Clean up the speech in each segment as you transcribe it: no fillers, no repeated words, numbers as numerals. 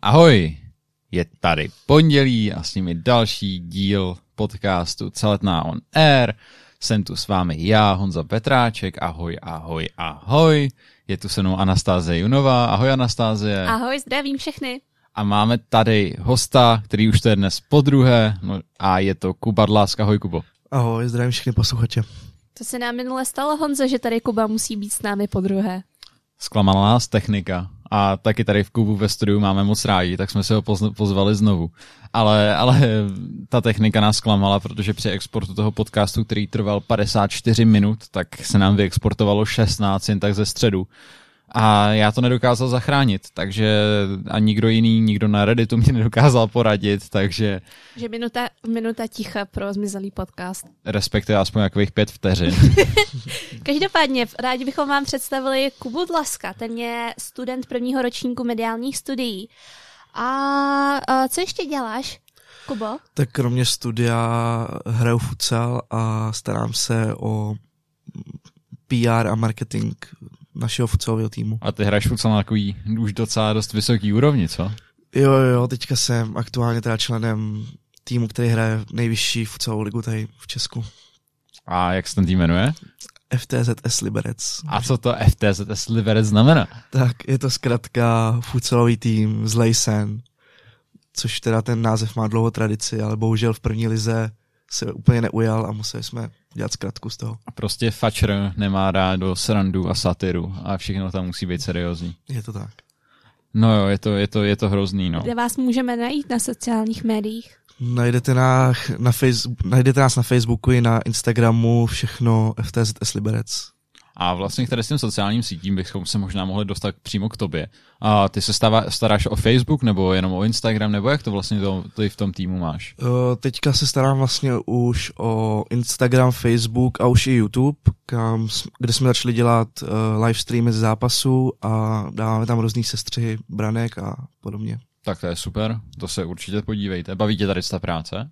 Ahoj, je tady pondělí a s nimi další díl podcastu Celetná on Air. Jsem tu s vámi já, Honza Petráček, ahoj, ahoj, ahoj. Je tu se mnou Anastázie Junová, ahoj Anastázie. Ahoj, zdravím všechny. A máme tady hosta, který už to je dnes podruhé, a je to Kuba Dlásk, ahoj Kubo. Ahoj, zdravím všechny posluchače. To se nám minule stalo, Honzo, že tady Kuba musí být s námi podruhé. Zklamala nás technika a taky tady v Kubu ve studiu máme moc rádi, tak jsme se ho pozvali znovu. Ale ta technika nás zklamala, protože při exportu toho podcastu, který trval 54 minut, tak se nám vyexportovalo 16 jen tak ze středu. A já to nedokázal zachránit, takže a nikdo jiný, nikdo na Redditu mě nedokázal poradit, takže... Že minuta ticha pro zmizelý podcast. Respektive aspoň takových 5 vteřin. Každopádně, rádi bychom vám představili Kubu Dlaska, ten je student prvního ročníku mediálních studií. A co ještě děláš, Kubo? Tak kromě studia hraju futsal a starám se o PR a marketing našeho futsalového týmu. A ty hraješ futsal na takový už docela dost vysoký úrovni, co? Jo, teďka jsem aktuálně teda členem týmu, který hraje nejvyšší futsalovou ligu tady v Česku. A jak se ten tým jmenuje? FTZS Liberec. A co to FTZS Liberec znamená? Tak je to zkrátka futsalový tým z Lejsen, což teda ten název má dlouhou tradici, ale bohužel v první lize se úplně neujal a museli jsme dělat zkratku z toho. A prostě fačr nemá rád do srandu a satiru a všechno tam musí být seriózní. Je to tak. No jo, je to hrozný, no. Kde vás můžeme najít na sociálních médiích? Najdete nás na Facebooku i na Instagramu, všechno FTZS Liberec. A vlastně tady s tím sociálním sítím bychom se možná mohli dostat přímo k tobě. A ty se staráš o Facebook, nebo jenom o Instagram, nebo jak to vlastně ty v tom týmu máš? Teďka se starám vlastně už o Instagram, Facebook a už i YouTube, kde jsme začali dělat live streamy z zápasu a dáváme tam různý sestřihy branek a podobně. Tak to je super, to se určitě podívejte. Baví tě tady ta práce?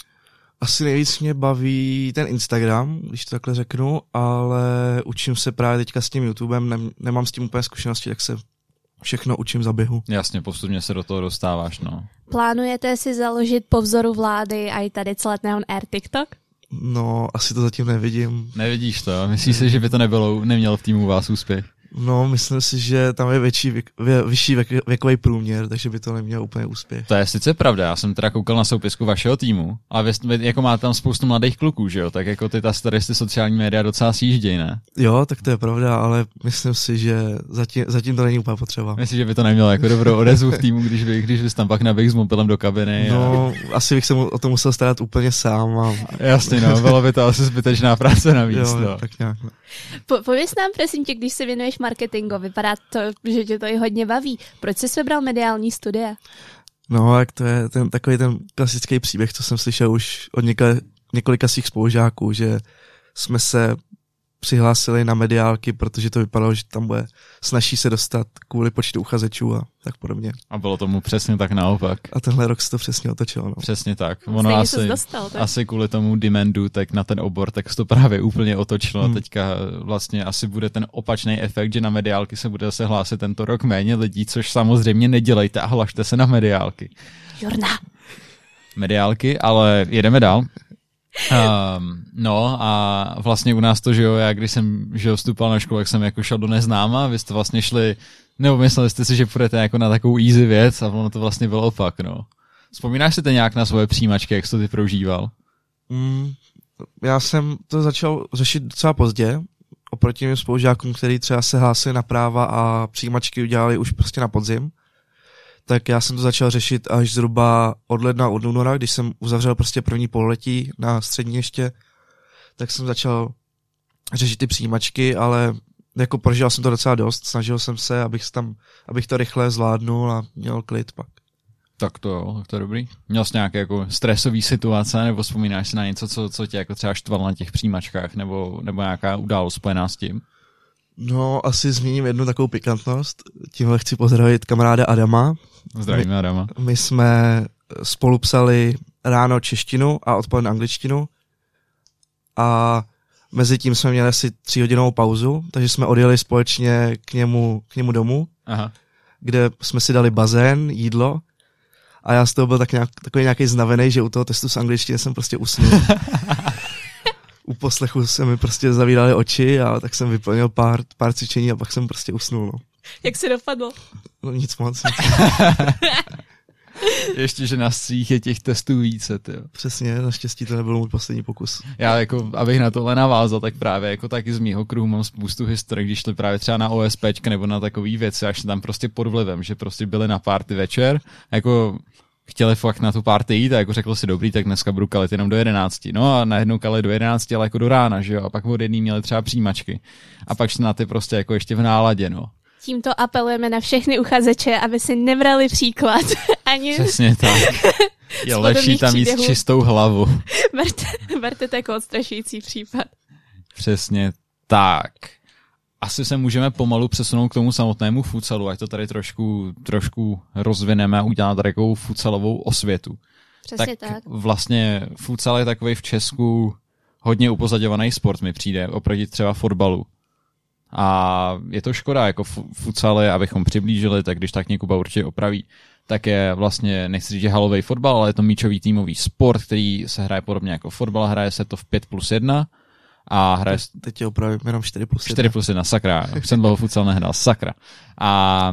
Asi nejvíc mě baví ten Instagram, když to takhle řeknu, ale učím se právě teďka s tím YouTubem, nemám s tím úplně zkušenosti, tak se všechno učím za běhu. Jasně, postupně se do toho dostáváš, no. Plánujete si založit po vzoru vlády a i tady Celetné on Air TikTok? No, asi to zatím nevidím. Nevidíš to? Myslíš si, že by to nemělo v týmu vás úspěch? No, myslím si, že tam je vyšší věkový průměr, takže by to nemělo úplně úspěch. To je sice pravda, já jsem teda koukal na soupisku vašeho týmu a vy jako máte tam spoustu mladých kluků, že jo, tak jako ty sociální média docela sjíždějí, ne? Jo, tak to je pravda, ale myslím si, že zatím to není úplně potřeba. Myslím, že by to nemělo jako dobrou odezvu v týmu, když bys tam pak naběh s mobilem do kabiny. No, asi bych se o to musel starat úplně sám. Jasně, no, bylo by to asi zbytečná práce navíc. Jo, no. Tak nějak. No. Pověz nám, prosím tě, když se věnuješ marketingu, vypadá to, že tě to i hodně baví. Proč jsi vybral mediální studia? No, tak to je takový ten klasický příběh, co jsem slyšel už od několika svých spolužáků, že jsme se přihlásili na mediálky, protože to vypadalo, že tam bude snazší se dostat kvůli počtu uchazečů a tak podobně. A bylo tomu přesně tak naopak. A tenhle rok se to přesně otočilo. No. Přesně tak. Ono asi kvůli tomu demandu, tak na ten obor, tak se to právě úplně otočilo. Teďka vlastně asi bude ten opačný efekt, že na mediálky se bude zase hlásit tento rok méně lidí, což samozřejmě nedělejte a hlašte se na mediálky. Jorna. Mediálky, ale jedeme dál. No a vlastně u nás to, že jo, já když jsem vstupoval na školu, jak jsem jako šel do neznáma, vy jste vlastně šli, nebo mysleli jste si, že půjdete jako na takovou easy věc a ono to vlastně bylo opak, no. Vzpomínáš si to nějak na svoje přijímačky, jak jsi to ty prožíval? Já jsem to začal řešit docela pozdě, oproti mým spolužákům, který třeba se hlásili na práva a přijímačky udělali už prostě na podzim. Tak já jsem to začal řešit až zhruba od ledna, od února, když jsem uzavřel prostě první pololetí na střední ještě, tak jsem začal řešit ty přijímačky, ale jako prožil jsem to docela dost, snažil jsem se, abych to rychle zvládnul a měl klid pak. Tak to jo, tak to je dobrý. Měl jsi nějaké jako stresové situace, nebo vzpomínáš si na něco, co tě jako třeba štvalo na těch přijímačkách, nebo nějaká událost spojená s tím? No, asi zmíním jednu takovou pikantnost. Tímhle chci pozdravit kamaráda Adama. Zdravíme Adama. My jsme spolu psali ráno češtinu a odpoledne angličtinu a mezi tím jsme měli asi 3hodinovou pauzu, takže jsme odjeli společně k němu domů. Aha. kde jsme si dali bazén, jídlo a já z toho byl takový nějaký znavený, že u toho testu z angličtiny jsem prostě usnul. U poslechu se mi prostě zavíraly oči a tak jsem vyplnil pár cvičení a pak jsem prostě usnul. No. Jak se dopadlo? No nic moc. Ještě, že na svých je těch testů více, tyjo. Přesně, naštěstí to nebyl můj poslední pokus. Já jako, abych na tohle navázal, tak právě jako taky z mýho kruhu mám spoustu historie, když šli právě třeba na OSPčka nebo na takový věci, až tam prostě pod vlivem, že prostě byli na party večer, jako chtěli fakt na tu party jít a jako řekl si dobrý, tak dneska budu kalit jenom do 11. No a najednou kalit do 11, ale jako do rána, že jo, a pak od jedný měli třeba přijímačky. A pak šli na ty prostě jako ještě v náladě, no. Tímto apelujeme na všechny uchazeče, aby si nebrali příklad. Ani přesně tak. Je lepší tam mít čistou hlavu. Berte to jako odstrašující případ. Přesně tak. Asi se můžeme pomalu přesunout k tomu samotnému futsalu, ať to tady trošku rozvineme a uděláme tady takovou futsalovou osvětu. Přesně tak. Vlastně futsal je takový v Česku hodně upozaďovaný sport, mi přijde, oproti třeba fotbalu. A je to škoda, jako futsal je, abychom přiblížili, tak když tak Kuba určitě opraví, tak je vlastně, nechci říct, že halový fotbal, ale je to míčový týmový sport, který se hraje podobně jako fotbal, hraje se to v 5+1 a hraje... Teď tě opravím jenom 4+1. 4+1, sakra, jsem dlouho futsal nehrál, sakra. A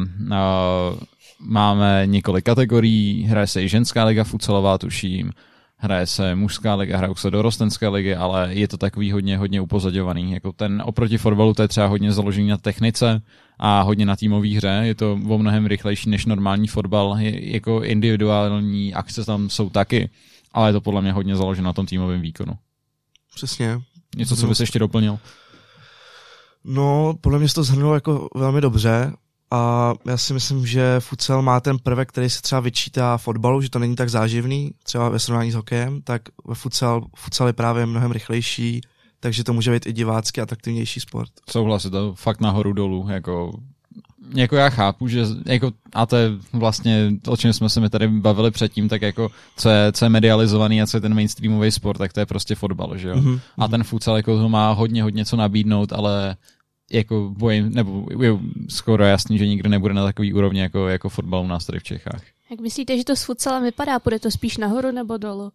máme několik kategorií, hraje se i ženská liga futsalová, tuším, hraje se mužská liga, hrajou se dorostenské ligy, ale je to takový hodně upozaďovaný. Jako ten oproti fotbalu to je třeba hodně založený na technice a hodně na týmové hře. Je to o mnohem rychlejší než normální fotbal. Jako individuální akce tam jsou taky, ale je to podle mě hodně založeno na tom týmovém výkonu. Přesně. Něco, co bys ještě doplnil? No, podle mě jsi to shrnul jako velmi dobře. A já si myslím, že futsal má ten prvek, který se třeba vyčítá fotbalu, že to není tak záživný, třeba ve srovnání s hokejem, tak ve futsal je právě mnohem rychlejší, takže to může být i divácky atraktivnější sport. Souhlasím, to fakt nahoru dolů, jako já chápu, že jako, a to je vlastně to, o čem jsme se mi tady bavili předtím, tak jako co je medializovaný a co je ten mainstreamový sport, tak to je prostě fotbal, že jo. Mm-hmm. A ten futsal jako to má hodně co nabídnout, ale jako bojím, nebo je skoro jasný, že nikdy nebude na takový úrovni jako fotbal u nás tady v Čechách. Jak myslíte, že to s futsalem vypadá? Bude to spíš nahoru nebo dolů?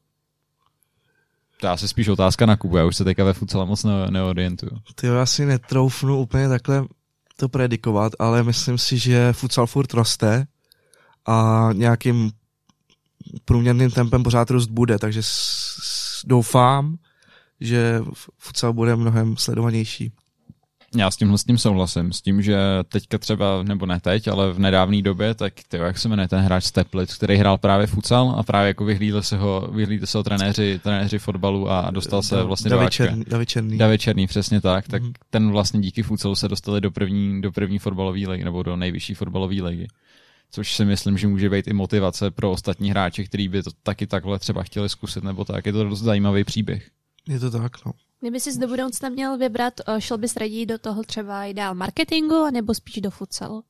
To je asi spíš otázka na Kubu, já už se teďka ve futsale moc neorientuju. Tyjo, já si netroufnu úplně takhle to predikovat, ale myslím si, že futsal furt roste a nějakým průměrným tempem pořád růst bude, takže doufám, že futsal bude mnohem sledovanější. Já s tím souhlasím, s tím, že teďka třeba, nebo ne teď, ale v nedávné době, tak tyjo, jak se jmenuje ten hráč z Teplic, který hrál právě futsal a právě jako vyhlídli se ho trenéři fotbalu a dostal se vlastně do Ačka. David Černý, přesně tak, tak ten vlastně díky futsalu se dostali do první fotbalové ligy, nebo do nejvyšší fotbalové ligy. Což si myslím, že může být i motivace pro ostatní hráče, kteří by to taky takhle třeba chtěli zkusit, nebo tak. Je to dost zajímavý příběh. Je to tak, no. Kdyby jsi do budoucna měl vybrat, šel bys raději do toho třeba ideál marketingu, nebo spíš do futsalu?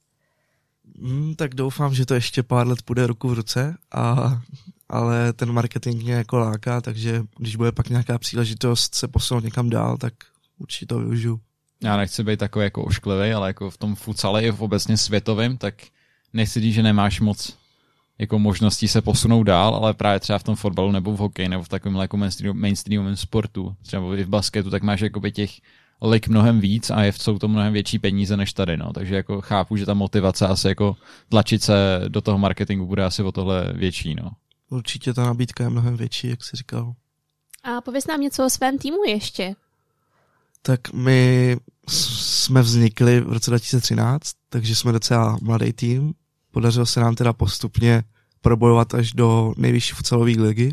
Tak doufám, že to ještě pár let půjde ruku v ruce, ale ten marketing mě jako láká, takže když bude pak nějaká příležitost se posunout někam dál, tak určitě to využiju. Já nechci být takový jako ošklivý, ale jako v tom futsale i v obecně světovém, tak nechci říct, že nemáš moc jako možností se posunout dál, ale právě třeba v tom fotbalu nebo v hokeji nebo v takovém jako mainstreamovém sportu, třeba i v basketu, tak máš jakoby těch lig mnohem víc a jsou to mnohem větší peníze než tady, no. Takže jako chápu, že ta motivace asi jako tlačit se do toho marketingu bude asi o tohle větší, no. Určitě ta nabídka je mnohem větší, jak jsi říkal. A pověz nám něco o svém týmu ještě. Tak my jsme vznikli v roce 2013, takže jsme docela mladý tým. Podařilo se nám teda postupně probojovat až do nejvyšší futsalové ligy.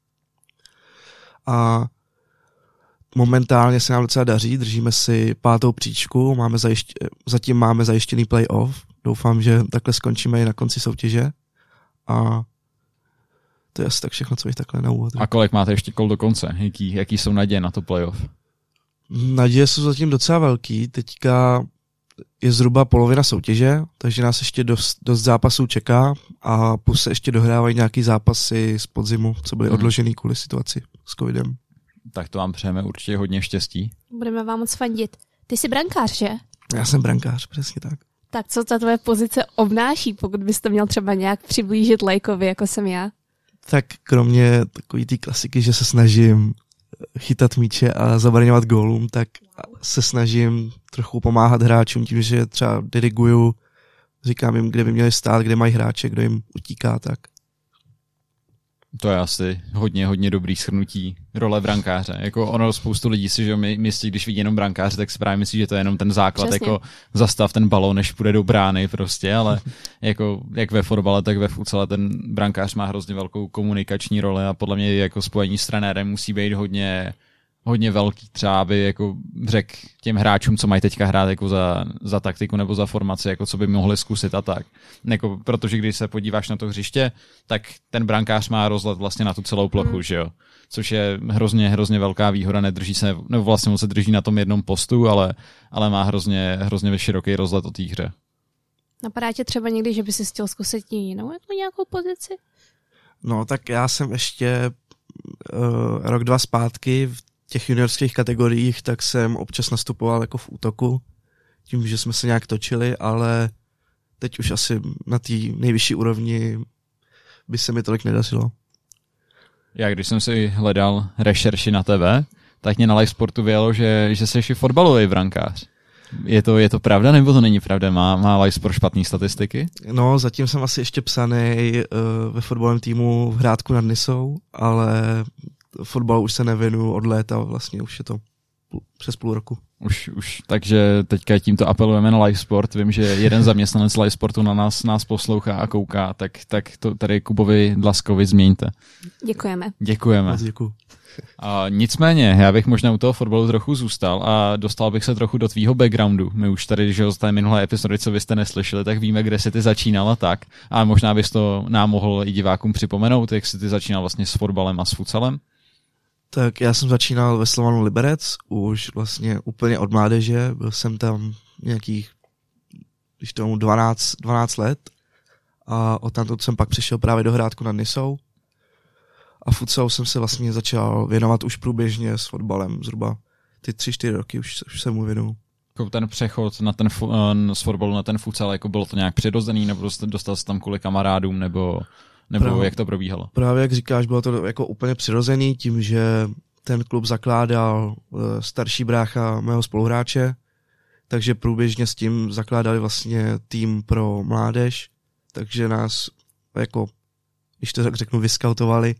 A momentálně se nám docela daří, držíme si 5. příčku, zatím máme zajištěný playoff. Doufám, že takhle skončíme i na konci soutěže. A to je asi tak všechno, co bych takhle na úvod. A kolik máte ještě kol do konce? Jaký jsou naděje na to playoff? Naděje jsou zatím docela velký. Teďka je zhruba polovina soutěže, takže nás ještě dost zápasů čeká a plus se ještě dohrávají nějaký zápasy z podzimu, co byly odložený kvůli situaci s covidem. Tak to vám přejeme určitě hodně štěstí. Budeme vám moc fandit. Ty jsi brankář, že? Já jsem brankář, přesně tak. Tak co ta tvoje pozice obnáší, pokud bys to měl třeba nějak přiblížit lajkovi, jako jsem já? Tak kromě takový té klasiky, že se snažím chytat míče a zabraňovat gólům, tak se snažím trochu pomáhat hráčům tím, že třeba diriguju, říkám jim, kde by měli stát, kde mají hráče, kdo jim utíká, tak. To je asi hodně dobrý shrnutí role brankáře. Jako ono spoustu lidí si, že myslí, když vidí jenom brankáře, tak si právě myslí, že to je jenom ten základ, přesně. Jako zastav ten balón, než půjde do brány prostě, ale jako jak ve fotbale, tak ve futsale ten brankář má hrozně velkou komunikační roli a podle mě jako spojení s trenérem musí být hodně velký, třeba aby jako řekl těm hráčům, co mají teďka hrát jako za taktiku nebo za formaci, jako co by mohli zkusit a tak. Jako, protože když se podíváš na to hřiště, tak ten brankář má rozhled vlastně na tu celou plochu, že jo? Což je hrozně velká výhoda, nedrží se, nebo vlastně on se drží na tom jednom postu, ale má hrozně široký rozhled o té hře. Napadá tě třeba někdy, že by si chtěl zkusit jinou jako nějakou pozici? No, tak já jsem ještě rok, 2 zpátky v těch juniorských kategoriích, tak jsem občas nastupoval jako v útoku, tím, že jsme se nějak točili, ale teď už asi na té nejvyšší úrovni by se mi tolik nedařilo. Já když jsem si hledal rešerši na tebe, tak mě na Live Sportu vyjelo, že jsi i fotbalový brankář. Je to pravda, nebo to není pravda? Má Live Sport špatný statistiky? No, zatím jsem asi ještě psanej ve fotbalovém týmu v Hrádku nad Nisou, ale fotbalu už se nevěnuju od léta, vlastně už je to přes půl roku. Už, takže teďka tímto apelujeme na Live Sport. Vím, že jeden zaměstnanec Live Sportu na nás poslouchá a kouká, tak to tady Kubovi Dlaskovi změňte. Děkujeme. Moc děkuju. Nicméně, já bych možná u toho fotbalu trochu zůstal a dostal bych se trochu do tvýho backgroundu. My už tady, že z té minulé epizody, co byste neslyšeli, tak víme, kde jsi ty začínal a tak. A možná bys to nám mohl i divákům připomenout, jak jsi ty začínal vlastně s fotbalem a s futsalem. Tak já jsem začínal ve Slovanu Liberec, už vlastně úplně od mládeže, byl jsem tam nějakých, když tomu 12 let a odtamtud jsem pak přišel právě do Hrádku nad Nisou a futsalu jsem se vlastně začal věnovat už průběžně s fotbalem, zhruba ty 3-4 roky už se mu věnuju. Ten přechod na ten z fotbalu na ten futsal, jako bylo to nějak přirozený, nebo dostal jsi tam kvůli kamarádům, nebo právě, jak to probíhalo? Právě jak říkáš, bylo to jako úplně přirozený tím, že ten klub zakládal starší brácha mého spoluhráče, takže průběžně s tím zakládali vlastně tým pro mládež, takže nás jako, když to tak řeknu, vyskautovali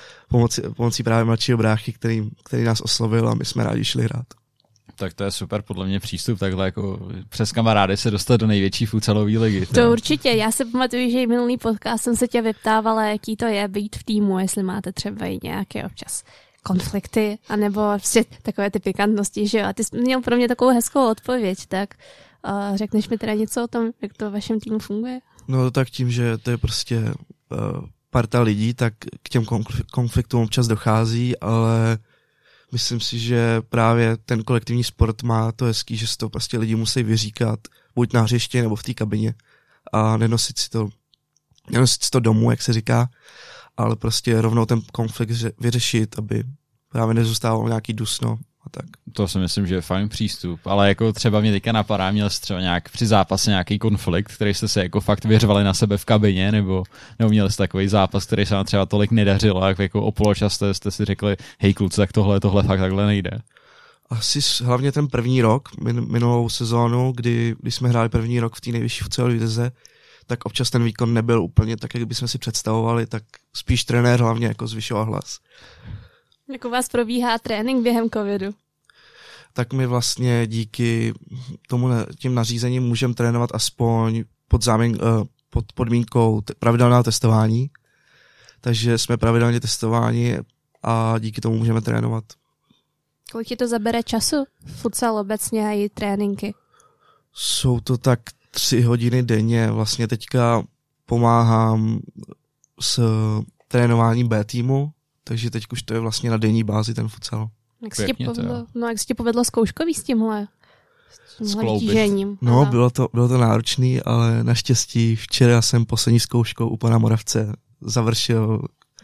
pomocí právě mladšího bráchy, který nás oslovil a my jsme rádi šli hrát. Tak to je super, podle mě přístup takhle jako přes kamarády se dostat do největší futsalové ligy. To určitě, já si pamatuju, že i minulý podcast jsem se tě vyptávala, jaký to je být v týmu, jestli máte třeba i nějaké občas konflikty, anebo prostě takové ty pikantnosti, že jo. A ty jsi měl pro mě takovou hezkou odpověď, tak řekneš mi teda něco o tom, jak to v vašem týmu funguje? No tak tím, že to je prostě parta lidí, tak k těm konfliktům občas dochází, ale myslím si, že právě ten kolektivní sport má to hezký, že si to prostě lidi musí vyříkat, buď na hřišti nebo v té kabině a nenosit si to domů, jak se říká, ale prostě rovnou ten konflikt vyřešit, aby právě nezůstával nějaký dusno a tak. To si myslím, že je fajn přístup, ale jako třeba mě teďka napadá, měl jsi třeba nějak při zápase nějaký konflikt, který jste se jako fakt vyřvali na sebe v kabině, nebo měli jste takový zápas, který se vám třeba tolik nedařil, a jako o poločas jste si řekli, hej kluci, tak tohle fakt takhle nejde. Asi hlavně ten první rok, minulou sezónu, kdy jsme hráli první rok v té nejvyšší futsalové lize, tak občas ten výkon nebyl úplně tak, jak bychom si představovali, tak spíš trenér hlavně jako zvyšoval hlas. Jak u vás probíhá trénink během covidu? Tak my vlastně díky tím nařízením můžeme trénovat aspoň pod podmínkou pravidelného testování. Takže jsme pravidelně testováni a díky tomu můžeme trénovat. Kolik ti to zabere času? Futsal obecně a i tréninky? Jsou to tak 3 hodiny denně. Vlastně teďka pomáhám s trénováním B týmu, takže teď už to je vlastně na denní bázi ten futsal. Jak se ti povedlo zkouškový s tímhle vytížením? No, bylo to náročný, ale naštěstí včera jsem poslední zkouškou u pana Moravce završil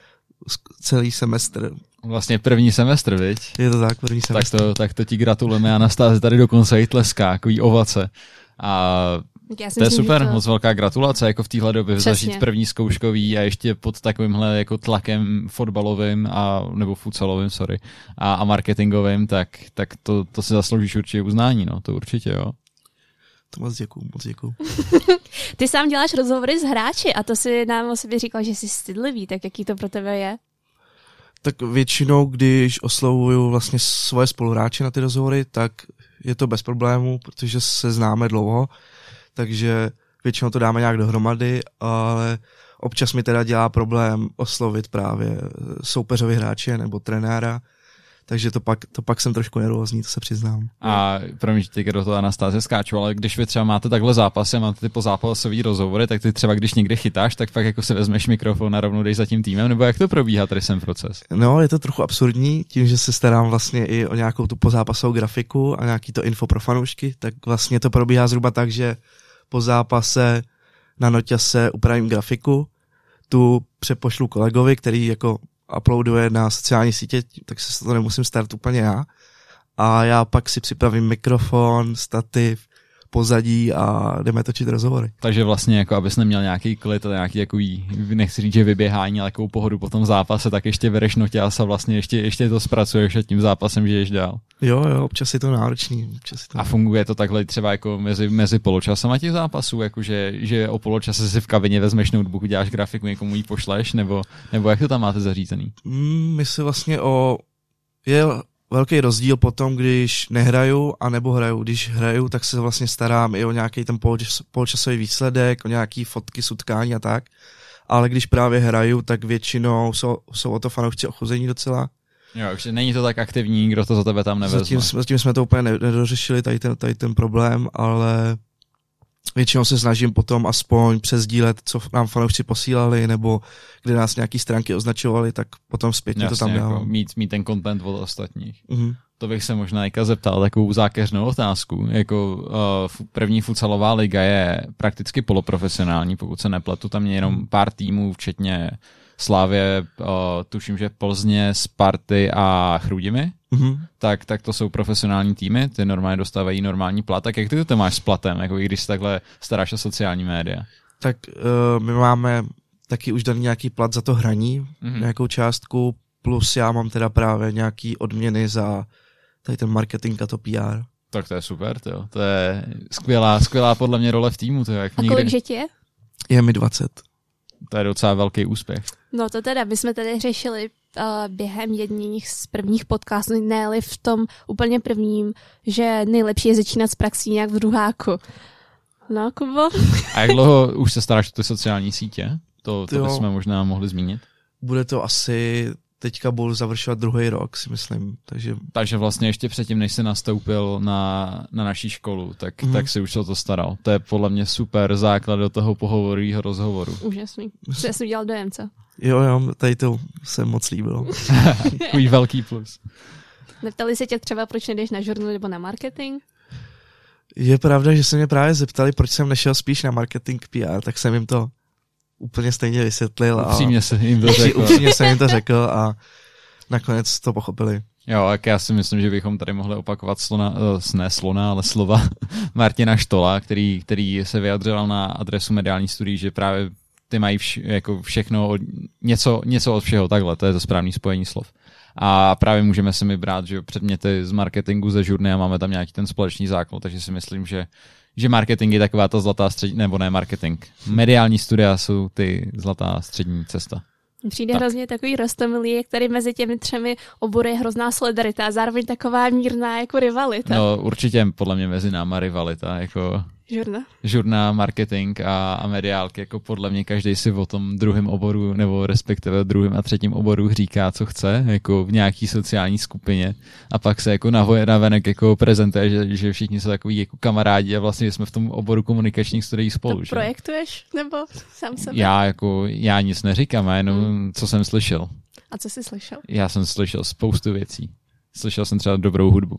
celý semestr. Vlastně první semestr, viď? Je to tak, první semestr. Tak to ti gratulujeme a Anastázi tady dokonce i tleská, takový ovace. A To je super, moc velká gratulace, jako v téhle době zažít první zkouškový a ještě pod takovýmhle jako tlakem fotbalovým nebo futsalovým, a marketingovým, tak to si zasloužíš určitě uznání, no, to určitě, jo. To moc děkuju. Ty sám děláš rozhovory s hráči a to si nám o sobě říkal, že jsi stydlivý, tak jaký to pro tebe je? Tak většinou, když oslovuju vlastně svoje spoluhráče na ty rozhovory, tak je to bez problémů, protože se známe dlouho, takže většinou to dáme nějak dohromady, ale občas mi teda dělá problém oslovit právě soupeřovi hráče nebo trenéra, takže to pak jsem trošku nervózní, to se přiznám. A promiň, že teď do toho Anastázie skáču, ale když vy třeba máte takhle zápasy a máte ty pozápasový rozhovory, tak ty třeba když někde chytáš, tak fakt jako si vezmeš mikrofon a rovnou jdeš za tím týmem, nebo jak to probíhá tady ten proces? No, je to trochu absurdní, tím, že se starám vlastně i o nějakou tu pozápasovou grafiku a nějaký to info pro fanoušky, tak vlastně to probíhá zhruba tak, že po zápase na noťase upravím grafiku, tu přepošlu kolegovi, který jako uploaduje na sociální sítě, tak se to nemusím starat úplně já. A já pak si připravím mikrofon, stativ, pozadí a jdeme točit rozhovory. Takže vlastně, jako abys neměl nějaký klid a nějaký takový, nechci říct, že vyběhání, ale takovou pohodu po tom zápase, tak ještě bereš noťas a vlastně ještě to zpracuješ a tím zápasem žiješ dál. Jo, občas je to náročný. A funguje to takhle třeba jako mezi poločasama těch zápasů, jakože že o poločase si v kabině vezmeš notebook, děláš grafiku, někomu ji pošleš, nebo jak to tam máte zařízený? My si vlastně je velký rozdíl potom, když nehraju a nebo hraju. Když hraju, tak se vlastně starám i o nějaký ten poločasový výsledek, o nějaký fotky z utkání a tak. Ale když právě hraju, tak většinou jsou o to fanoušci ochuzení docela. Jo, už není to tak aktivní, kdo to za tebe tam nevezme. Zatím jsme to úplně nedořešili, tady ten problém, ale většinou se snažím potom aspoň přesdílet, co nám fanoušci posílali, nebo kde nás nějaký stránky označovali, tak potom zpětně jasně, to tam dávám. Jako mít ten content od ostatních. Mm-hmm. To bych se možná zeptal takovou zákeřnou otázku. Jako první futsalová liga je prakticky poloprofesionální, pokud se nepletu, tam je jenom pár týmů, včetně Slávě, tuším, že Plzně, Sparty a Chrudimi, tak to jsou profesionální týmy, ty normálně dostávají normální plat. Tak jak ty to máš s platem, jako i když se takhle staráš o sociální média? Tak my máme taky už daný nějaký plat za to hraní, nějakou částku, plus já mám teda právě nějaký odměny za tady ten marketing a to PR. Tak to je super, to je skvělá podle mě role v týmu. To je, jak a kolik že ti je? Je mi 20. To je docela velký úspěch. No to teda, my jsme tady řešili během jedných z prvních podcastů, ne-li v tom úplně prvním, že nejlepší je začínat s praxí nějak v druháku. No, Kubo? A jak dlouho už se staráš o ty sociální sítě? To bychom možná mohli zmínit. Bude to asi, teďka budu završovat 2. rok, si myslím. Takže vlastně ještě předtím, než jsi nastoupil na naší školu, tak si už o to staral. To je podle mě super základ do toho pohovorového rozhovoru. Úžasný. Co jsem dělal dojem, co? Jo, tady to se moc líbilo. Takový velký plus. Neptali se tě třeba, proč nejdeš na žurnu nebo na marketing? Je pravda, že se mě právě zeptali, proč jsem nešel spíš na marketing PR, tak jsem jim to úplně stejně vysvětlil. Upřímně jsem jim to řekl a nakonec to pochopili. Jo, tak já si myslím, že bychom tady mohli opakovat slova Martina Štola, který se vyjadřoval na adresu Mediální studií, že právě ty mají jako všechno, něco od všeho, takhle, to je to správný spojení slov. A právě můžeme si mi brát, že předměty z marketingu ze žurny a máme tam nějaký ten společný základ, takže si myslím, že marketing je taková ta zlatá střední, nebo ne marketing. Mediální studia jsou ty zlatá střední cesta. Přijde hrozně takový roztomilý, jak tady mezi těmi 3 obory je hrozná solidarita a zároveň taková mírná jako rivalita. No určitě podle mě mezi náma rivalita, jako žurna, marketing a mediálky, jako podle mě každý si o tom druhém oboru, nebo respektive druhém a třetím oboru říká, co chce, jako v nějaký sociální skupině a pak se jako navenek jako prezentuje, že všichni jsou takový jako kamarádi a vlastně jsme v tom oboru komunikačních studií spolu. To projektuješ? Nebo sám sebe? Já nic neříkám, já jenom co jsem slyšel. A co jsi slyšel? Já jsem slyšel spoustu věcí. Slyšel jsem třeba dobrou hudbu.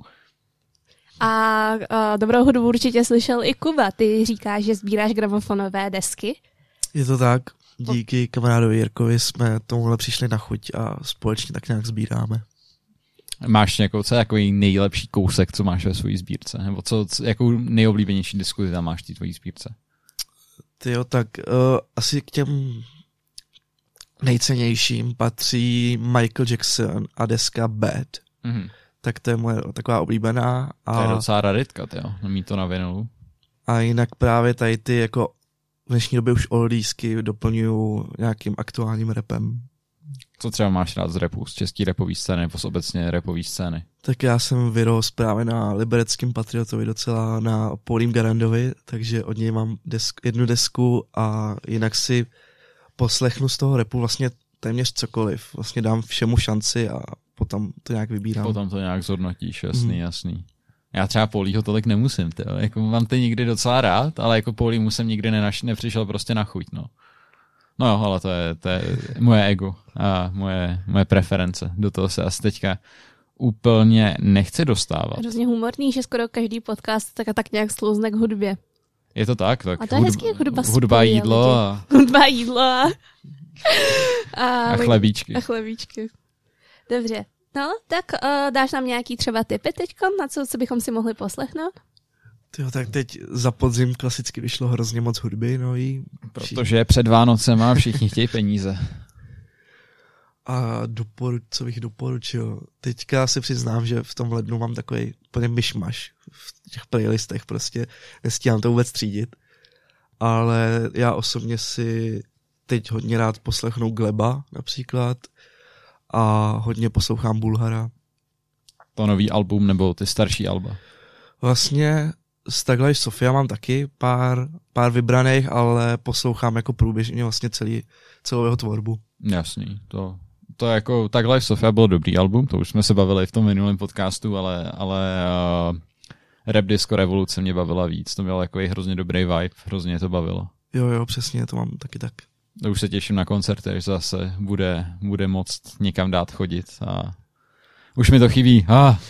A dobrou hudbu určitě slyšel i Kuba. Ty říkáš, že sbíráš gramofonové desky? Je to tak. Díky kamarádovi Jirkovi jsme tomuhle přišli na chuť a společně tak nějak sbíráme. Máš nějakou, co je takový nejlepší kousek, co máš ve své sbírce? Nebo jakou nejoblíbenější diskuzi tam máš v té tvojí sbírce? Tyjo, tak asi k těm nejcennějším patří Michael Jackson a deska Bad. Mm-hmm. Tak to je moje taková oblíbená. To je docela raritka, tyjo, mít to na vinylu. A jinak právě tady ty jako v dnešní době už oldiesky doplňuju nějakým aktuálním rapem. Co třeba máš rád z rapu, z český rapový scény nebo z obecně rapový scény? Tak já jsem vyrost právě na Libereckém Patriotovi docela, na Paulím Garandovi, takže od něj mám jednu desku a jinak si poslechnu z toho rapu vlastně téměř cokoliv. Vlastně dám všemu šanci a potom to nějak vybírám. Potom to nějak zhodnotíš, jasný. Já třeba Paulího tolik nemusím, jako mám ty nikdy docela rád, ale jako Paulímu jsem nikdy nepřišel prostě na chuť, no. No jo, ale to je moje ego a moje preference. Do toho se asi teďka úplně nechci dostávat. Hrozně humorný, že skoro každý podcast tak nějak slouzne k hudbě. Je to tak. A to je hezký, hudba, jídlo a... Hudba, jídlo a chlebíčky. A chlebíčky. Dobře. No, tak dáš nám nějaký třeba tipy teďko, na co bychom si mohli poslechnout? Jo, tak teď za podzim klasicky vyšlo hrozně moc hudby, no i... Protože je před Vánocem a všichni chtějí peníze. A co bych doporučil? Teďka si přiznám, že v tom lednu mám takový úplně myšmaš v těch playlistech, prostě nestíhám to vůbec třídit. Ale já osobně si teď hodně rád poslechnu Gleba například a hodně poslouchám Bulhara. To nový album nebo ty starší alba? Vlastně z Tag Life Sofia mám taky pár vybraných, ale poslouchám jako průběžně vlastně celou jeho tvorbu. Jasný, to jako Tag Life Sofia bylo dobrý album, to už jsme se bavili v tom minulém podcastu, ale Rap Disco Revoluce mě bavila víc, to byl jako hrozně dobrý vibe, hrozně to bavilo. Jo, přesně, to mám taky tak. To už se těším na koncerty, že zase bude moct někam dát chodit a už mi to chybí.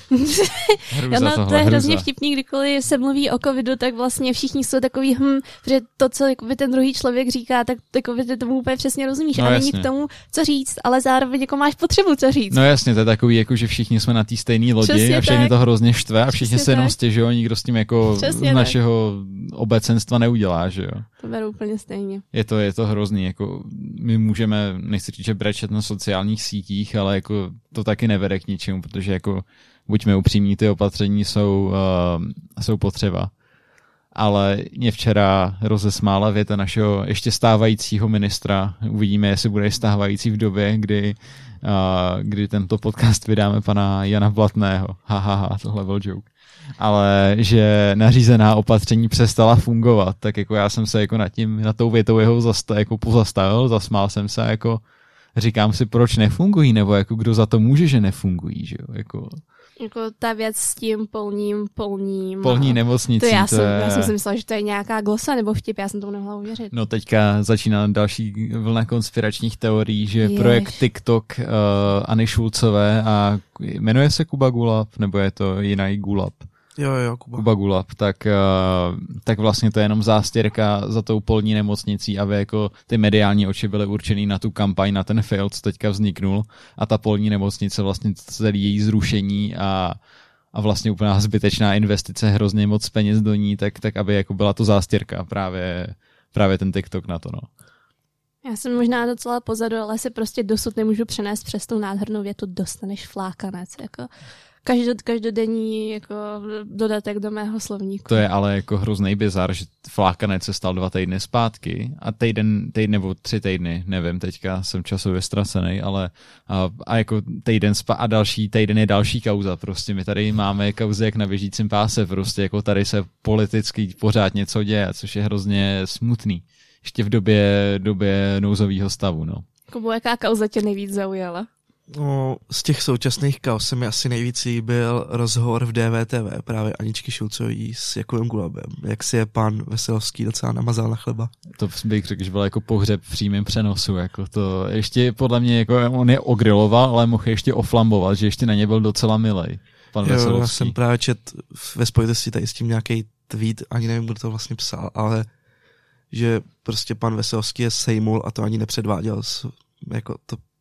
To je hrozně vtipný, kdykoliv se mluví o covidu, tak vlastně všichni jsou takový, protože to, co jakoby ten druhý člověk říká, tak jakoby ty tomu úplně přesně rozumíš. A není k tomu, co říct, ale zároveň jako máš potřebu, co říct. No jasně, to je takový, jako, že všichni jsme na té stejné lodi přesně a všechny to hrozně štve a všichni se jenom stěžují, nikdo s tím jako z našeho obecenstva neudělá, že jo. To beru úplně stejně. Je to hrozný, jako my můžeme, nechci říct, že brečet na sociálních sítích, ale jako to taky nevede k ničemu, protože jako buďme upřímní, ty opatření jsou potřeba. Ale mě včera rozesmála věta našeho ještě stávajícího ministra. Uvidíme, jestli bude stávající v době, kdy tento podcast vydáme, pana Jana Blatného. Tohle byl joke. Ale že nařízená opatření přestala fungovat, tak jako já jsem se jako nad tou větou jeho pozastavil, zasmál jsem se jako říkám si, proč nefungují, nebo jako kdo za to může, že nefungují, že jo, jako ta věc s tím polní nemocnicí. Já jsem si myslela, že to je nějaká glosa nebo vtip, já jsem tomu nemohla uvěřit. No teďka začíná další vlna konspiračních teorií, že projekt TikTok Anny Šulcové a jmenuje se Kuba Gulab, nebo je to jiný Gulab? Jo, Kuba Gulab, tak vlastně to je jenom zástěrka za tou polní nemocnicí, aby jako ty mediální oči byly určený na tu kampaň, na ten fail, co teďka vzniknul a ta polní nemocnice vlastně celý její zrušení a vlastně úplná zbytečná investice, hrozně moc peněz do ní, tak aby jako byla to zástěrka právě ten TikTok na to, no. Já jsem možná docela pozadu, ale si prostě dosud nemůžu přenést přes tu nádhernou větu dostaneš flákanec, jako každodenní jako dodatek do mého slovníku. To je ale jako hrozný bizar, že flákanec se stal 2 týdny zpátky a týden nebo 3 týdny, nevím, teďka jsem časově ztracený, ale a jako týden a další týden je další kauza, prostě my tady máme kauzy jak na běžícím páse, prostě jako tady se politicky pořád něco děje, což je hrozně smutný. Ještě v době nouzového stavu, no. Kubo, jaká kauza tě nejvíc zaujala? No, z těch současných kauz se mi asi nejvíc líbil rozhovor v DVTV právě Aničky Šulcový s Jakubem Gulabem. Jak si je pan Veselovský docela namazal na chleba. To bych řekl, že byl jako pohřeb v přímém přenosu. Jako to ještě podle mě jako on je ogriloval, ale mohl ještě oflambovat, že ještě na ně byl docela milej. Pan Veselovský. Já jsem právě čet ve spojitosti tady s tím nějaký tweet, ani nevím, kdo to vlastně psal, ale že prostě pan Veselovský je sejmul a to ani nepředváděl. Jako to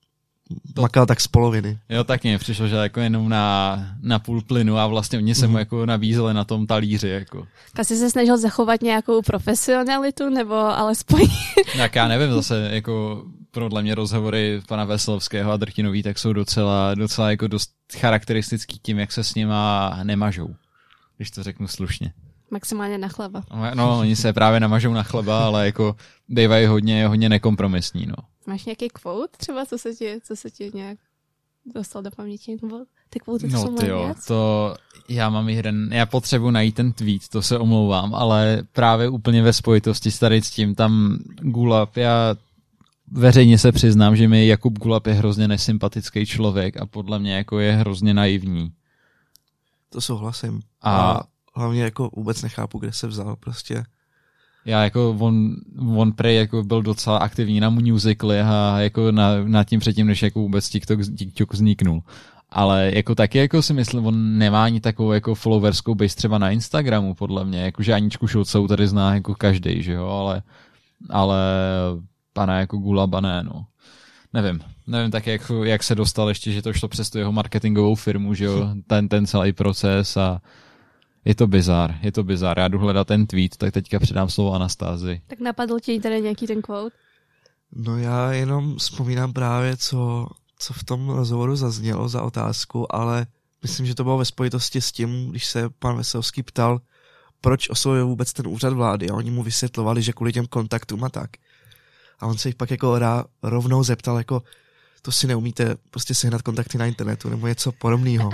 makal tak z poloviny. Jo, taky mi přišlo, že jako jenom na půl plynu a vlastně oni se mu jako nabízeli na tom talíři. Jako. Asi se snažil zachovat nějakou profesionalitu, nebo alespoň... Tak já nevím, zase jako podle mě rozhovory pana Veselovského a Drtinový tak jsou docela jako dost charakteristický tím, jak se s nima nemažou, když to řeknu slušně. Maximálně na chleba. No, oni se právě namažou na chleba, ale jako bývají hodně nekompromisní, no. Máš nějaký quote třeba, co se ti nějak dostal do paměti? Nebo ty quoty no, jsou tyjo, to já mám já potřebuji najít ten tweet, to se omlouvám, ale právě úplně ve spojitosti s tady s tím tam Gulab, já veřejně se přiznám, že mi Jakub Gulab je hrozně nesympatický člověk a podle mě jako je hrozně naivní. To souhlasím. A hlavně jako vůbec nechápu, kde se vzal prostě. Já jako on prej jako byl docela aktivní na musically a jako na tím předtím, než jako vůbec TikTok vzniknul. Ale jako taky jako si myslím, on nemá ani takovou jako followerskou base třeba na Instagramu, podle mě, jakože Aničku Šulcovou tady zná jako každej, že jo, ale pana jako Gulaba ne, no. Nevím tak, jak se dostal ještě, že to šlo přes tu jeho marketingovou firmu, že jo, ten celý proces a je to bizar. Já jdu hledat ten tweet, tak teďka předám slovo Anastázii. Tak napadl ti tady nějaký ten quote? No já jenom vzpomínám právě, co v tom rozhovoru zaznělo za otázku, ale myslím, že to bylo ve spojitosti s tím, když se pan Veselovský ptal, proč osvojuje vůbec ten úřad vlády a oni mu vysvětlovali, že kvůli těm kontaktům a tak. A on se jich pak jako rovnou zeptal, jako to si neumíte prostě sehnat kontakty na internetu nebo něco podobného.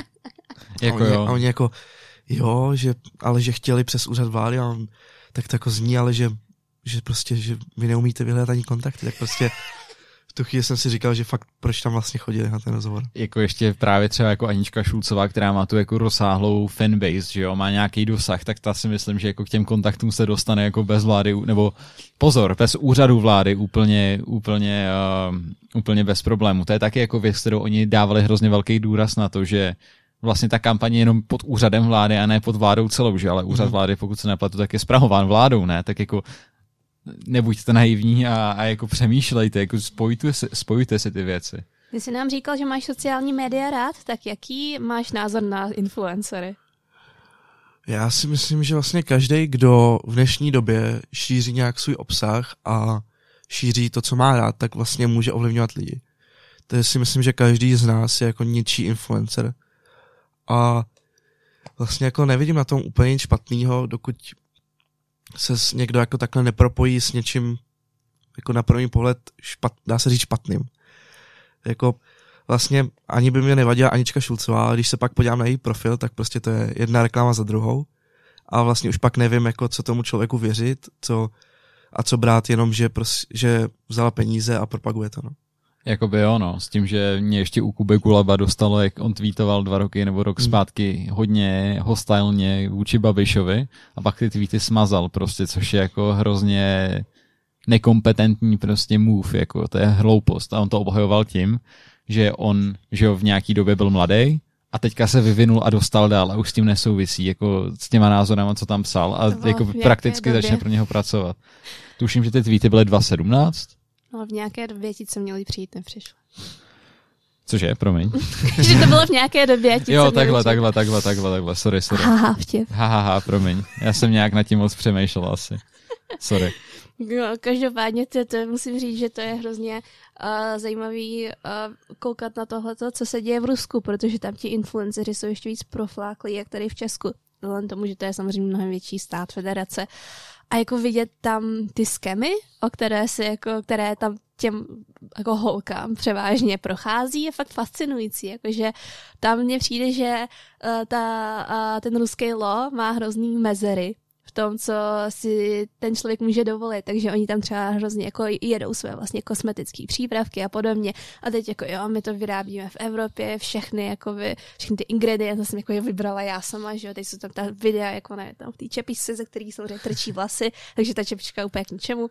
A oni jako jo, ale že chtěli přes úřad vlády a on tak to jako zní, ale že prostě, že vy neumíte vyhledat ani kontakty, tak prostě v tu chvíli jsem si říkal, že fakt proč tam vlastně chodili na ten rozhovor. Jako ještě právě třeba jako Anička Šulcová, která má tu jako rozsáhlou fanbase, že jo, má nějaký dosah, tak ta si myslím, že jako k těm kontaktům se dostane jako bez vlády, nebo pozor, bez úřadu vlády úplně bez problému. To je taky jako věc, kterou oni dávali hrozně velký důraz na to, že vlastně ta kampaně je jenom pod úřadem vlády a ne pod vládou celou, že? Ale úřad vlády, pokud se nepletu, tak je spravován vládou, ne? Tak jako nebuďte naivní a jako přemýšlejte, jako spojujte si ty věci. Ty jsi nám říkal, že máš sociální média rád, tak jaký máš názor na influencery? Já si myslím, že vlastně každý, kdo v dnešní době šíří nějak svůj obsah a šíří to, co má rád, tak vlastně může ovlivňovat lidi. Takže si myslím, že každý z nás je jako něčí influencer. A vlastně jako nevidím na tom úplně nic špatného, dokud se někdo jako takhle nepropojí s něčím jako na první pohled dá se říct špatným. Jako vlastně ani by mě nevadila Anička Šulcová, ale když se pak podívám na její profil, tak prostě to je jedna reklama za druhou a vlastně už pak nevím, jako co tomu člověku věřit, co brát jenom, že vzala peníze a propaguje to, no. Jakoby jo, no, s tím, že mě ještě u Kuby Gulaba dostalo, jak on tweetoval 2 roky nebo rok zpátky hodně hostilně vůči Babišovi a pak ty tweety smazal prostě, což je jako hrozně nekompetentní prostě move, jako to je hloupost a on to obhajoval tím, že on, že v nějaký době byl mladý a teďka se vyvinul a dostal dál a už s tím nesouvisí, jako s těma názorama, co tam psal a jako prakticky začne pro něho pracovat. Tuším, že ty tweety byly 2017. No, v nějaké době ti, co měli přijít, nepřišlo. Cože, promiň. Že to bylo v nějaké době ti, jo, takhle, sorry. Haha, vtip. Haha, promiň. Já jsem nějak nad tím moc přemýšlel asi. Sorry. No, každopádně to musím říct, že to je hrozně zajímavý koukat na tohleto, co se děje v Rusku, protože tam ti influenceři jsou ještě víc profláklí, jak tady v Česku. Vzhledem tomu, že to je samozřejmě mnohem větší stát, federace. A jako vidět tam ty skemy, které tam těm jako holkám převážně prochází, je fakt fascinující. Jakože tam mně přijde, že ten ruský law má hrozný mezery v tom, co si ten člověk může dovolit, takže oni tam třeba hrozně jako jedou své vlastně kosmetické přípravky a podobně. A teď jako jo, my to vyrábíme v Evropě, všechny ty ingredienty jsem jako vybrala já sama, že jo, teď jsou tam ta videa, jako ne, tam v té čepičce, ze který samozřejmě trčí vlasy, takže ta čepička je úplně k ničemu.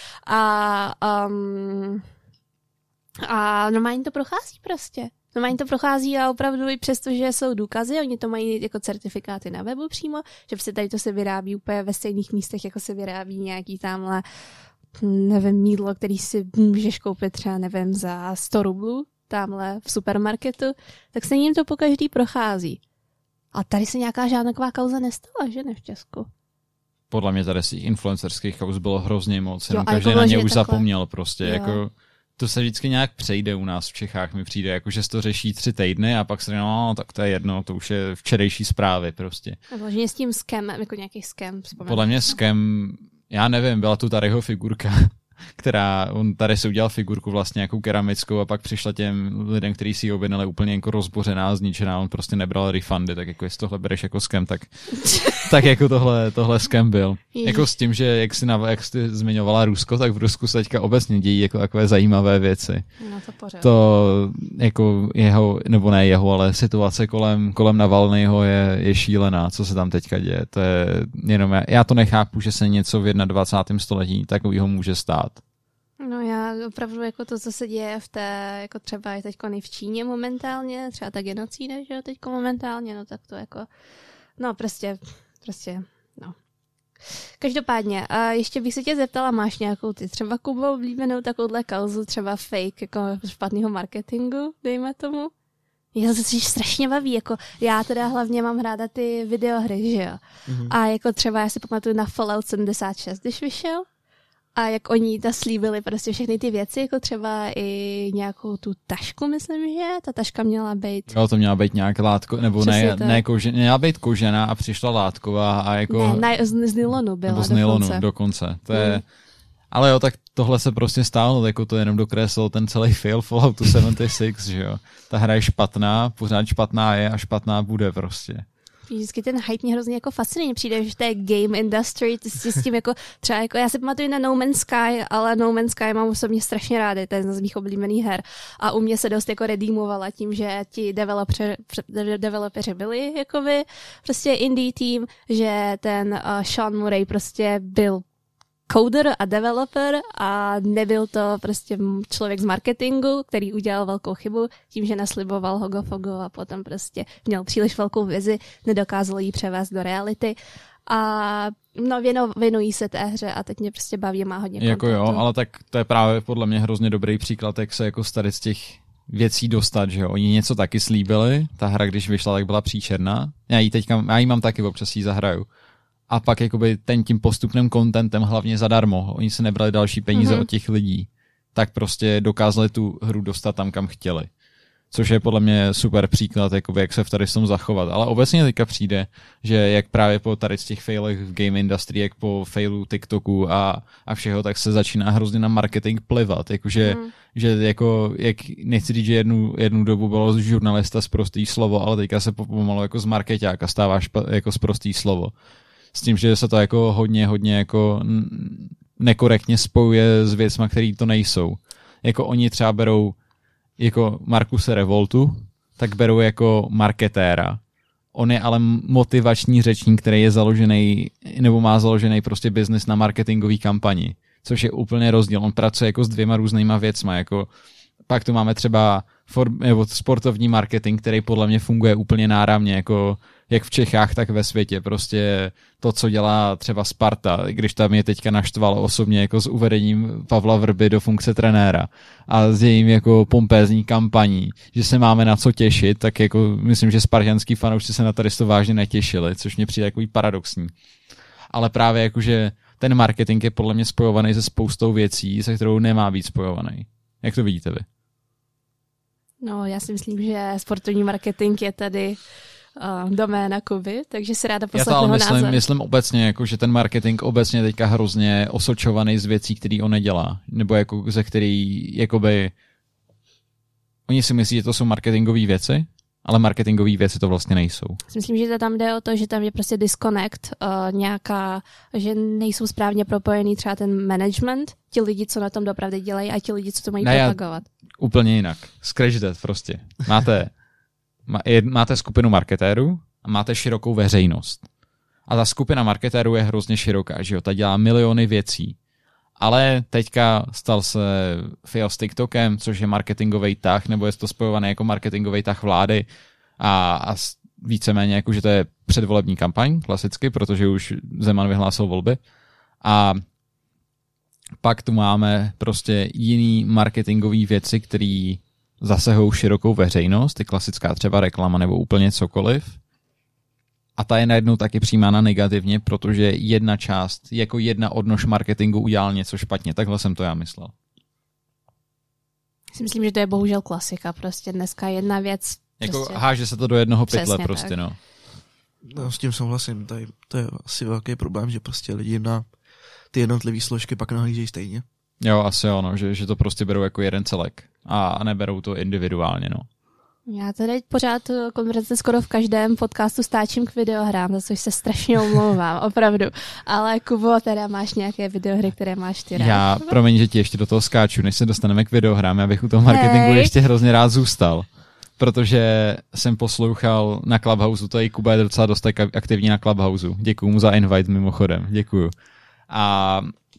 A normálně to prochází prostě. Normálně to prochází a opravdu i přesto, že jsou důkazy, oni to mají jako certifikáty na webu přímo, že prostě tady to se vyrábí úplně ve stejných místech, jako se vyrábí nějaký tamhle, nevím, mídlo, který si můžeš koupit třeba, nevím, za 100 rublů, tamhle v supermarketu, tak se jim to po každý prochází. A tady se nějaká žádná taková kauza nestala, že ne v Česku? Podle mě tady z těch influencerských kauz bylo hrozně moc, jenom Jo, každý jako na ně takhle. už zapomněl prostě, Jo. jako to se vždycky nějak přejde u nás v Čechách, mi přijde, jako že se to řeší 3 týdny a pak se no, tak to je jedno, to už je včerejší zprávy prostě. Vloženě s tím scamem, jako nějaký scam. Podle mě scam, já nevím, byla tu tady jeho figurka, on tady si udělal figurku vlastně nějakou keramickou a pak přišla těm lidem, kteří si ji objednali úplně jako rozbořená, zničená, on prostě nebral refundy, tak jako jestli tohle bereš jako scam, tak jako tohle scam byl. Ježiš. Jako s tím, že jak jsi zmiňovala Rusko, tak v Rusku se teďka obecně dějí jako takové zajímavé věci. No to pořád. To jako jeho, nebo ne jeho, ale situace kolem Navalnyho je šílená, co se tam teďka děje. To je jenom, já to nechápu, že se něco v 21. století takového může stát. No já opravdu jako to, co se děje v té, jako třeba je teďko v Číně momentálně, třeba ta genocída, že jo, teďko momentálně, no tak to jako, no prostě, no. Každopádně, a ještě bych se tě zeptala, máš nějakou ty třeba Kubo oblíbenou takovouhle kauzu, třeba fake, jako špatného marketingu, dejme tomu? Mě to totiž strašně baví, jako já teda hlavně mám ráda ty videohry, že jo. Mm-hmm. A jako třeba já si pamatuju na Fallout 76, když vyšel, a jak oni slíbili prostě všechny ty věci, jako třeba i nějakou tu tašku, myslím, že ta taška měla být. Jo, to měla být nějak látko, nebo měla být kožená a přišla látková a jako... Ne, z nylonu byla nebo z nylonu dokonce. To je... Ale jo, tak tohle se prostě stalo, jako to jenom dokreslil ten celý fail Falloutu 76, že jo. Ta hra je špatná, pořád špatná je a špatná bude prostě. Vždycky ten hype mě hrozně jako fascinuje, přijde, že to je game industry, s tím jako třeba jako já si pamatuju na No Man's Sky, ale No Man's Sky mám osobně strašně ráda, to je jedna z mých oblíbených her a u mě se dost jako redeemovala tím, že ti developeři byli jakoby prostě indie team, že ten Sean Murray prostě byl coder a developer a nebyl to prostě člověk z marketingu, který udělal velkou chybu tím, že nasliboval Hogofogo a potom prostě měl příliš velkou vizi, nedokázal ji převést do reality a no věnují se té hře a teď mě prostě baví, má hodně jako kontentu. Jo, ale tak to je právě podle mě hrozně dobrý příklad, jak se jako tady z těch věcí dostat, že jo. Oni něco taky slíbili, ta hra, když vyšla, tak byla příšerná. Já ji mám taky, občas ji zahraju. A pak jakoby tím postupným contentem hlavně zadarmo. Oni se nebrali další peníze od těch lidí. Tak prostě dokázali tu hru dostat tam, kam chtěli. Což je podle mě super příklad, jakoby, jak se v tady s tom zachovat. Ale obecně teďka přijde, že jak právě po tady z těch failech v game industry, jak po failu TikToku a všeho, tak se začíná hrozně na marketing plivat. Jakože, že jako, jak nechci říct, že jednu dobu bylo žurnalista sprostý slovo, ale teďka se pomalu jako z markeťáka stáváš jako sprostý slovo. S tím, že se to jako hodně jako nekorektně spojuje s věcma, které to nejsou. Jako oni třeba berou jako Markuse Revoltu, tak berou jako marketéra. On je ale motivační řečník, který je založený, nebo má založený prostě biznis na marketingový kampani, což je úplně rozdíl. On pracuje jako s 2 různýma věcma, jako pak tu máme třeba nebo sportovní marketing, který podle mě funguje úplně náramně, jako jak v Čechách, tak ve světě. Prostě to, co dělá třeba Sparta, když tam je teďka naštval osobně jako s uvedením Pavla Vrby do funkce trenéra a s jejím jako pompézní kampaní, že se máme na co těšit, tak jako myslím, že spartanský fanoušci se na tady to vážně netěšili, což mě přijde takový paradoxní. Ale právě jakože ten marketing je podle mě spojovaný se spoustou věcí, se kterou nemá být spojovaný. Jak to vidíte vy? No, já si myslím, že sportovní marketing je tady doména Kuby, takže si ráda poslechnu názor. Myslím obecně, jako, že ten marketing obecně teďka hrozně osočovaný z věcí, který on nedělá. Nebo jako ze který, jakoby, oni si myslí, že to jsou marketingové věci, ale marketingové věci to vlastně nejsou. Myslím, že to tam jde o to, že tam je prostě disconnect, nějaká, že nejsou správně propojený třeba ten management, ti lidi, co na tom dopravdy dělají a ti lidi, co to mají propagovat. Úplně jinak. Scratch that prostě. Máte skupinu marketérů a máte širokou veřejnost. A ta skupina marketérů je hrozně široká, že jo, ta dělá miliony věcí. Ale teďka stal se fail s TikTokem, což je marketingový tah, nebo je to spojované jako marketingový tah vlády a víceméně jako, že to je předvolební kampaň, klasicky, protože už Zeman vyhlásil volby. A pak tu máme prostě jiný marketingový věci, které zasahou širokou veřejnost, ty klasická třeba reklama nebo úplně cokoliv. A ta je najednou taky přijímána negativně, protože jedna část, jako jedna odnož marketingu udělal něco špatně. Takhle jsem to já myslel. Myslím, že to je bohužel klasika. Prostě dneska jedna věc. Jako prostě... háže se to do jednoho pytle Přesně prostě, tak. no. No, s tím souhlasím. To je asi velký problém, že prostě lidi na ty jednotlivé složky pak nahlížejí stejně. Jo, asi jo, no, že to prostě berou jako jeden celek a neberou to individuálně, no. Já tady pořád konverzace skoro v každém podcastu stáčím k videohrám, za což se strašně omlouvám, opravdu. Ale Kubo, teda máš nějaké videohry, které máš ty rád? Já, promiň, že ti ještě do toho skáču, než se dostaneme k videohrám, já bych u toho marketingu ještě hrozně rád zůstal. Protože jsem poslouchal na Clubhouse, to i Kuba je docela dost aktivní na Clubhouse. Děkuju mu za invite mimochodem, děkuju. A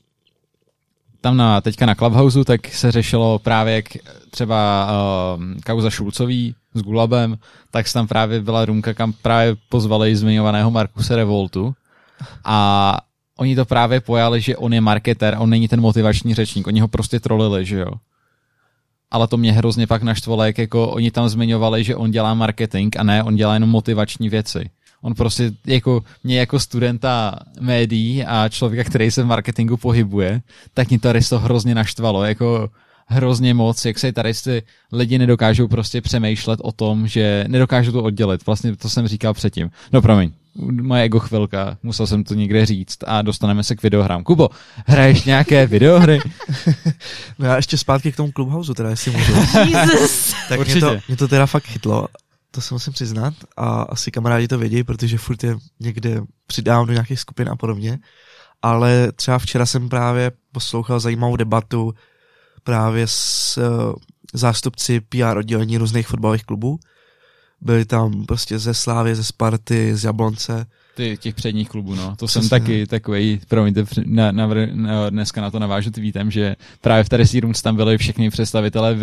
tam teďka na Clubhouse tak se řešilo právě jak třeba kauza Šulcový s Gulabem, tak tam právě byla roomka, kam právě pozvali zmiňovaného Markuse Revoltu a oni to právě pojali, že on je marketer, on není ten motivační řečník, oni ho prostě trolili, že jo. Ale to mě hrozně pak naštvalo, jak jako oni tam zmiňovali, že on dělá marketing a ne, on dělá jenom motivační věci. On prostě jako mě jako studenta médií a člověka, který se v marketingu pohybuje, tak mě tady to hrozně naštvalo, jako hrozně moc, jak se tady ty lidi nedokážou prostě přemýšlet o tom, že nedokážou to oddělit. Vlastně to jsem říkal předtím. No promiň, moje ego chvilka, musel jsem to někde říct a dostaneme se k videohrám. Kubo, hraješ nějaké videohry? No já ještě zpátky k tomu Clubhouse, teda jestli můžu. Jesus. Tak mě to teda fakt chytlo, to se musím přiznat a asi kamarádi to vědí, protože furt je někde přidávám do nějakých skupin a podobně, ale třeba včera jsem právě poslouchal zajímavou debatu právě s zástupci PR oddělení různých fotbalových klubů. Byli tam prostě ze Slávy, ze Sparty, z Jablonce. Těch předních klubů, no. To Přesně. jsem taky takovej, promiňte, dneska na to navážu tweetem, že právě v Teresi Rooms tam byli všichni představitelé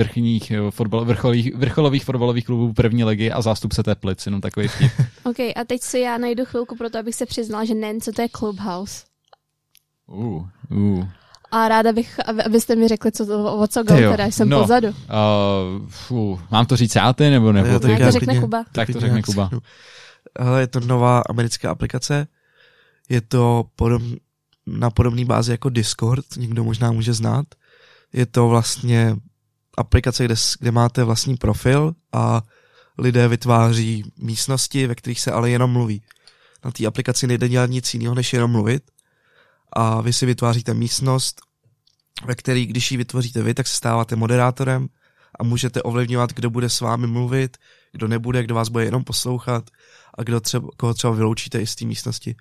vrcholových fotbalových klubů první ligy a zástupce Teplic, jenom takový vtip. OK, a teď si já najdu chvilku pro to, abych se přiznal, že nevím, co to je Clubhouse. A ráda bych, abyste mi řekli, o co go, teda jsem pozadu. Mám to říct já ty, nebo Ne, tak to řekne Kuba. Tak to řekne Kuba. Ale je to nová americká aplikace. Je to na podobné bázi jako Discord, někdo možná může znát. Je to vlastně aplikace, kde máte vlastní profil a lidé vytváří místnosti, ve kterých se ale jenom mluví. Na té aplikaci nejde dělat nic jiného, než jenom mluvit. A vy si vytváříte místnost, ve které, když ji vytvoříte vy, tak se stáváte moderátorem a můžete ovlivňovat, kdo bude s vámi mluvit, kdo nebude, kdo vás bude jenom poslouchat a koho třeba vyloučíte i z té místnosti.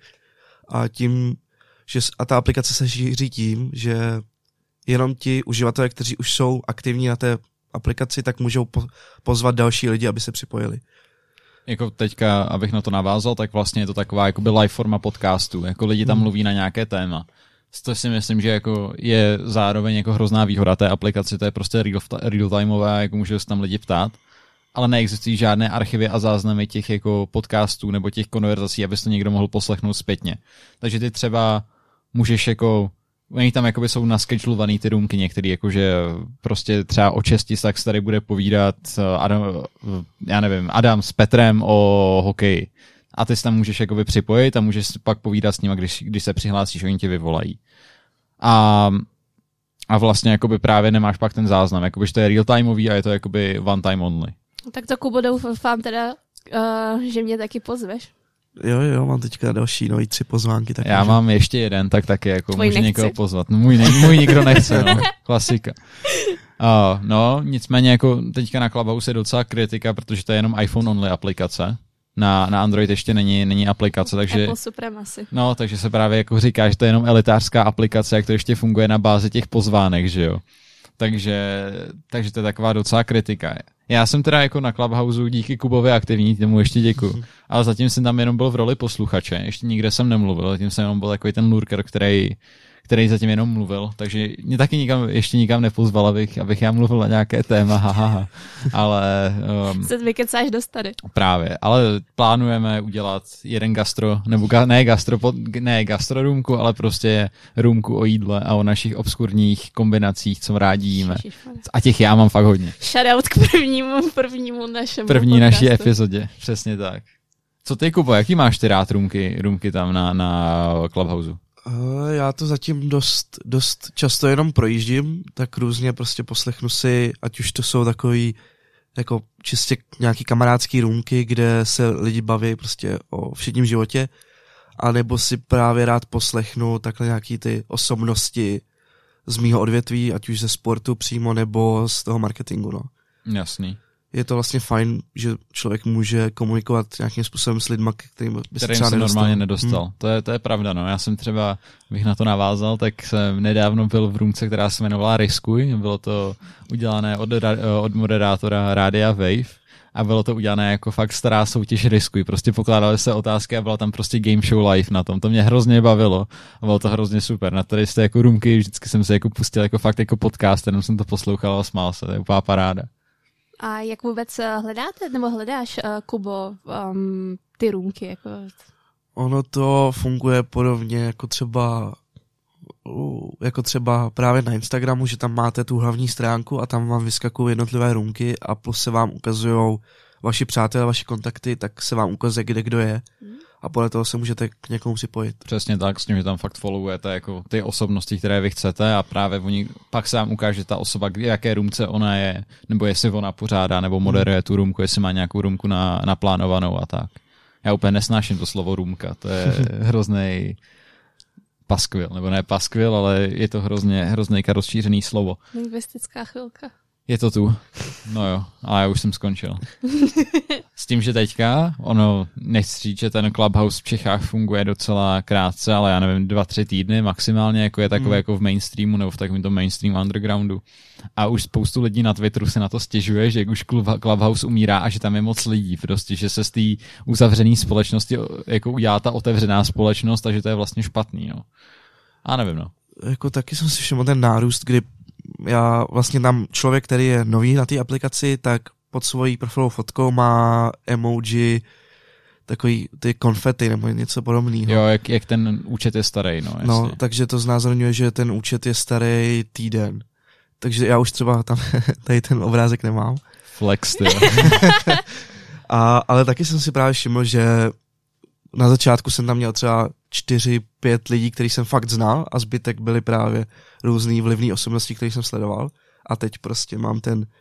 A ta aplikace se šíří tím, že jenom ti uživatelé, kteří už jsou aktivní na té aplikaci, tak můžou pozvat další lidi, aby se připojili. Jako teďka, abych na to navázal, tak vlastně je to taková jakoby live forma podcastu. Jako lidi tam mluví na nějaké téma. To si myslím, že jako je zároveň jako hrozná výhoda té aplikace, to je prostě real-timeové, jako můžou se tam lidi ptát, ale neexistují žádné archivy a záznamy těch jako podcastů nebo těch konverzací, abys to někdo mohl poslechnout zpětně. Takže ty třeba můžeš jako, oni tam jakoby jsou naskečlovaný ty roomky některý, jakože prostě třeba o česti tak se tady bude povídat Adam s Petrem o hokeji. A ty si tam můžeš jakoby připojit a můžeš pak povídat s nima, když se přihlásíš, oni tě vyvolají. A vlastně jakoby právě nemáš pak ten záznam, jakoby, že to je real-timeový a je to jakoby one time only. Tak to, Kubo, doufám teda, že mě taky pozveš. Jo, mám teďka další 3 pozvánky. Tak já mám ještě jeden, tak taky jako Tvoj můžu nechci. někoho pozvat. No, můj nikdo nechce, no. Klasika. No, nicméně jako teďka na Clubhouse je docela kritika, protože to je jenom iPhone only aplikace. Na Android ještě není aplikace, takže... Apple Supremacy. No, takže se právě jako říká, že to je jenom elitářská aplikace, jak to ještě funguje na bázi těch pozvánek, že jo. Takže to je taková docela kritika. Já jsem teda jako na Clubhouse díky Kubovi aktivní, tomu ještě děkuju. Ale zatím jsem tam jenom byl v roli posluchače, ještě nikde jsem nemluvil, zatím jsem jenom byl takový ten lurker, který zatím jenom mluvil, takže mě taky ještě nikam nepozval, abych já mluvil na nějaké téma, hahaha. Ale... Se vykecáš do tady. Právě, ale plánujeme udělat jeden gastrorůmku, ale prostě růmku o jídle a o našich obskurních kombinacích, co rádi jíme. A těch já mám fakt hodně. Shoutout k prvnímu našemu První podcastu. naší epizodě, přesně tak. Co ty, Kubo, jaký máš ty rád růmky tam na Clubhouse? Já to zatím dost často jenom projíždím, tak různě prostě poslechnu si, ať už to jsou takový jako čistě nějaký kamarádský růmky, kde se lidi baví prostě o všedním životě, anebo si právě rád poslechnu takhle nějaký ty osobnosti z mýho odvětví, ať už ze sportu přímo, nebo z toho marketingu, no. Jasný. Je to vlastně fajn, že člověk může komunikovat nějakým způsobem s lidma, kterým by se třeba se normálně nedostal. To je pravda, no. Já jsem třeba, bych na to navázal, tak jsem nedávno byl v růmce, která se jmenovala Riskuj. Bylo to udělané od moderátora Rádia Wave a bylo to udělané jako fakt stará soutěž Riskuj. Prostě pokládaly se otázky a byla tam prostě game show live na tom. To mě hrozně bavilo a bylo to hrozně super. Na tady jste jako růmky, vždycky jsem se jako pustil jako fakt jako podcast, jenom jsem to poslouchal a smál se. To je úplná paráda. A jak vůbec hledáte, nebo hledáš, Kubo, ty růmky? Ono to funguje podobně jako třeba právě na Instagramu, že tam máte tu hlavní stránku a tam vám vyskakují jednotlivé růmky a plus se vám ukazují vaši přátelé, vaši kontakty, tak se vám ukazuje, kde kdo je. A podle toho se můžete k někomu připojit. Přesně tak, s tím, že tam fakt followujete jako ty osobnosti, které vy chcete a právě pak se vám ukáže ta osoba, jaké růmce ona je, nebo jestli ona pořádá, nebo moderuje tu růmku, jestli má nějakou růmku naplánovanou a tak. Já úplně nesnáším to slovo růmka, to je hroznej paskvil, nebo ne paskvil, ale je to hrozně rozšířený slovo. Lingvistická chvilka. Je to tu. No jo, ale já už jsem skončil. S tím, že teďka, nechci říct, že ten Clubhouse v Čechách funguje docela krátce, ale já nevím, 2-3 týdny maximálně, jako je takové jako v mainstreamu nebo v takovém mainstream undergroundu. A už spoustu lidí na Twitteru se na to stěžuje, že už Clubhouse umírá a že tam je moc lidí, prostě, že se z té uzavřené společnosti jako udělá ta otevřená společnost a že to je vlastně špatný, no. A nevím, no. Jako taky jsem si všiml ten nárůst, kdy já vlastně tam člověk, který je nový na té aplikaci, tak pod svojí profilovou fotkou má emoji takový ty konfety nebo něco podobného. Jo, jak ten účet je starý, no. Jasně. No, takže to znázorňuje, že ten účet je starý týden. Takže já už třeba tam tady ten obrázek nemám. Flex, ty. Ale taky jsem si právě všiml, že na začátku jsem tam měl třeba 4-5 lidí, který jsem fakt znal a zbytek byly právě různý vlivný osobnosti, který jsem sledoval a teď prostě mám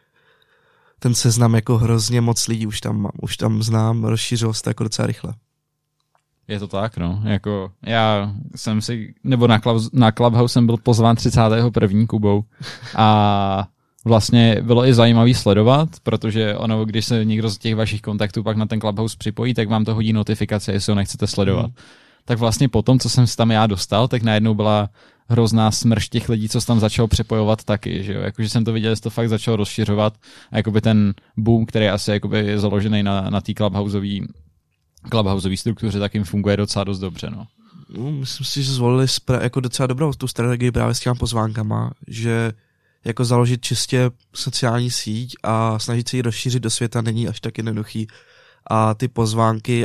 ten seznam jako hrozně moc lidí, už tam znám, rozšířilo se to jako docela rychle. Je to tak, no, jako já jsem na Clubhouse jsem byl pozván 31. Kubou a vlastně bylo i zajímavý sledovat, protože ono, když se někdo z těch vašich kontaktů pak na ten Clubhouse připojí, tak vám to hodí notifikace, jestli ho nechcete sledovat. Tak vlastně potom, co jsem si tam já dostal, tak najednou byla hrozná smršť těch lidí, co se tam začalo připojovat taky, že jo, jakože jsem to viděl, že to fakt začalo rozšiřovat a jakoby ten boom, který asi jakoby je založený na té Clubhouseový struktuře, tak jim funguje docela dost dobře, no. Myslím si, že zvolili jako docela dobrou tu strategii právě s těma pozvánkama, že jako založit čistě sociální síť a snažit se ji rozšířit do světa není až tak jednoduchý. A ty pozvánky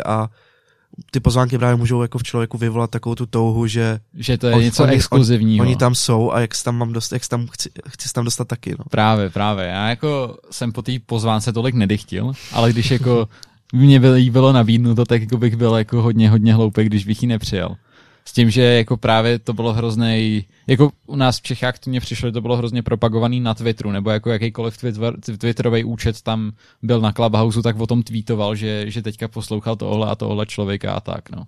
právě můžou jako v člověku vyvolat takovou tu touhu, že to je něco exkluzivního. Oni tam jsou a jak chci tam dostat taky. No. Právě. Já jako jsem po té pozvánce tolik nedychtil, ale když jako mě bylo nabídnuto, tak jako bych byl jako hodně hloupý, když bych ji nepřijal. S tím, že jako právě to bylo hroznej, jako u nás v Čechách to mně přišlo, že to bylo hrozně propagovaný na Twitteru, nebo jako jakýkoliv twitterový účet tam byl na Clubhouse, tak o tom tweetoval, že teďka poslouchal tohle člověka a tak, no.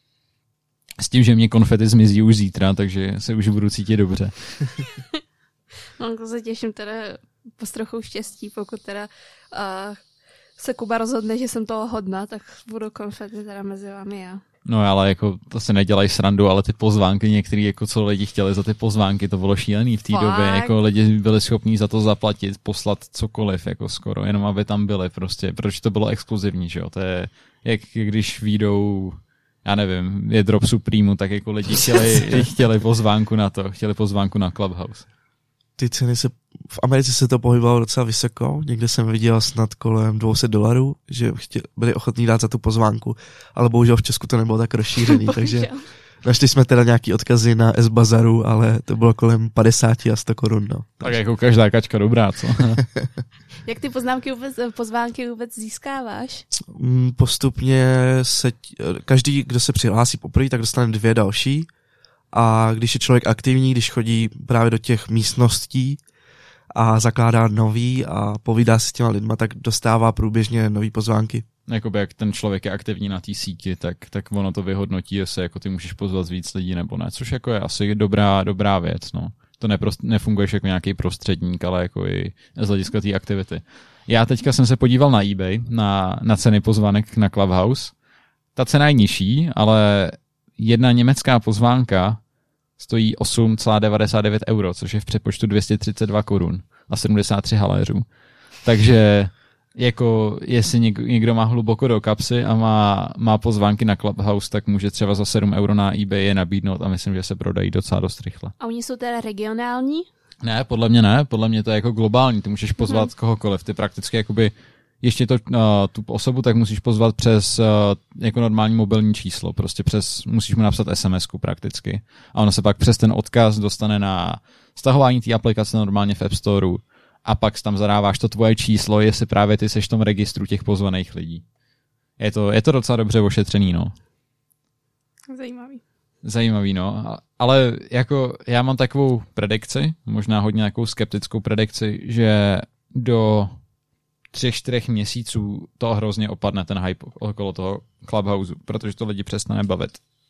S tím, že mě konfety zmizí už zítra, takže se už budu cítit dobře. No, to se těším teda po trochu štěstí, pokud teda se Kuba rozhodne, že jsem toho hodna, tak budu konfety teda mezi vámi já. No ale jako to se nedělají srandu, ale ty pozvánky, některý jako co lidi chtěli za ty pozvánky, to bylo šílený v té době, jako lidi byli schopní za to zaplatit, poslat cokoliv, jako skoro, jenom aby tam byli prostě, proč to bylo exkluzivní, že jo, to je jak když vyjdou, já nevím, je Drop Supreme, tak jako lidi chtěli pozvánku na to, chtěli pozvánku na Clubhouse. Ty ceny v Americe se to pohybovalo docela vysoko, někde jsem viděl snad kolem $200, že byli ochotní dát za tu pozvánku, ale bohužel v Česku to nebylo tak rozšířený, takže našli jsme teda nějaký odkazy na S-Bazaru, ale to bylo kolem 50 a 100 korun. No. Tak jako každá kačka dobrá, co? Jak ty pozvánky vůbec získáváš? Postupně každý, kdo se přihlásí poprvé, tak dostane 2 další. A když je člověk aktivní, když chodí právě do těch místností a zakládá nový a povídá si s těma lidma, tak dostává průběžně nový pozvánky. Jakoby jak ten člověk je aktivní na té síti, tak ono to vyhodnotí, jestli jako ty můžeš pozvat víc lidí nebo ne, což jako je asi dobrá věc, no. To nefunguješ jako nějaký prostředník, ale jako i z hlediska té aktivity. Já teďka jsem se podíval na eBay, na ceny pozvánek na Clubhouse. Ta cena je nižší, ale jedna německá pozvánka stojí 8,99 €, což je v přepočtu 232 korun a 73 haléřů. Takže jako jestli někdo má hluboko do kapsy a má pozvánky na Clubhouse, tak může třeba za 7 € na eBay je nabídnout a myslím, že se prodají docela dost rychle. A oni jsou teda regionální? Ne, podle mě to je jako globální, ty můžeš pozvat kohokoliv, ty prakticky jakoby ještě tu osobu tak musíš pozvat přes jako normální mobilní číslo, prostě musíš mu napsat SMS-ku prakticky a ono se pak přes ten odkaz dostane na stahování té aplikace normálně v App Storeu a pak tam zadáváš to tvoje číslo, jestli právě ty seš v tom registru těch pozvaných lidí. Je to docela dobře ošetřený, no. Zajímavý, no. Ale jako já mám takovou predikci, možná hodně takovou skeptickou predikci, že do 3-4 měsíců to hrozně opadne ten hype okolo toho Clubhouse, protože to lidi přestane bavit.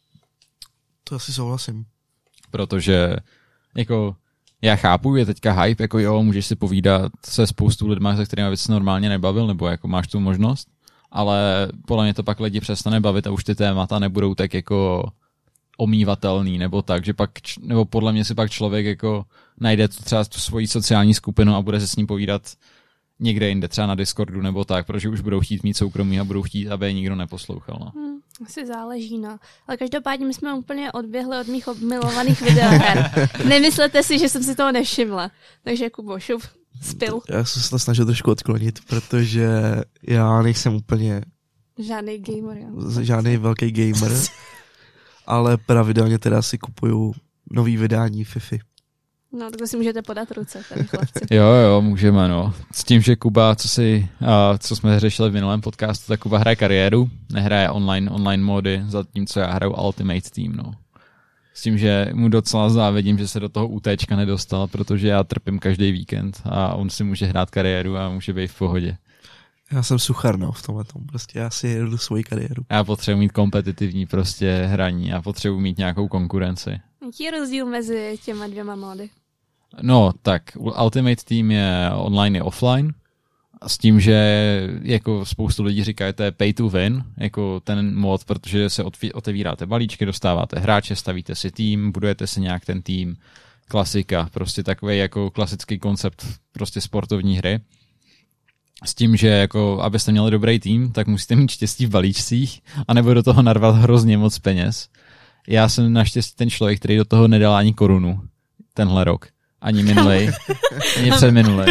To asi souhlasím. Protože jako já chápu, je teďka hype, jako jo, můžeš si povídat se spoustu lidma, se kterými bys se normálně nebavil, nebo jako máš tu možnost, ale podle mě to pak lidi přestane bavit a už ty témata nebudou tak jako omývatelný, nebo tak, že pak, nebo podle mě si pak člověk jako najde třeba tu svoji sociální skupinu a bude se s ním povídat někde jinde, třeba na Discordu nebo tak, protože už budou chtít mít soukromí a budou chtít, aby je nikdo neposlouchal. No. Asi záleží, no. Ale každopádně my jsme úplně odběhli od mých milovaných videoher. Nemyslete si, že jsem si toho nevšimla. Takže Kubo, šup, spil. Já jsem se to snažil trošku odklonit, protože já nejsem úplně žádný gamer. Žádný velký gamer, ale pravidelně teda si kupuju nový vydání FIFA. No, tak si můžete podat ruce, tady chlapci. Jo, můžeme, no. S tím, že Kuba, co jsme řešili v minulém podcastu, tak Kuba hraje kariéru, nehraje online módy, zatímco já hraju Ultimate Team, no. S tím, že mu docela závidím, že se do toho UTčka nedostal, protože já trpím každý víkend a on si může hrát kariéru a může být v pohodě. Já jsem suchar, no, v tomhletom. Prostě já si jedu svoji kariéru. Já potřebuji mít kompetitivní prostě hraní a potřebuji mít nějakou konkurenci. Jaký je rozdíl mezi těma dvěma módy? No, tak Ultimate Team je online i offline. S tím, že jako spoustu lidí říká, že to je pay to win, jako ten mod, protože se otevíráte balíčky, dostáváte hráče, stavíte si tým, budujete si nějak ten tým, klasika, prostě takový jako klasický koncept prostě sportovní hry. S tím, že jako abyste měli dobrý tým, tak musíte mít štěstí v balíčcích, anebo do toho narvat hrozně moc peněz. Já jsem naštěstí ten člověk, který do toho nedal ani korunu tenhle rok. Ani minulej, ani předminulej.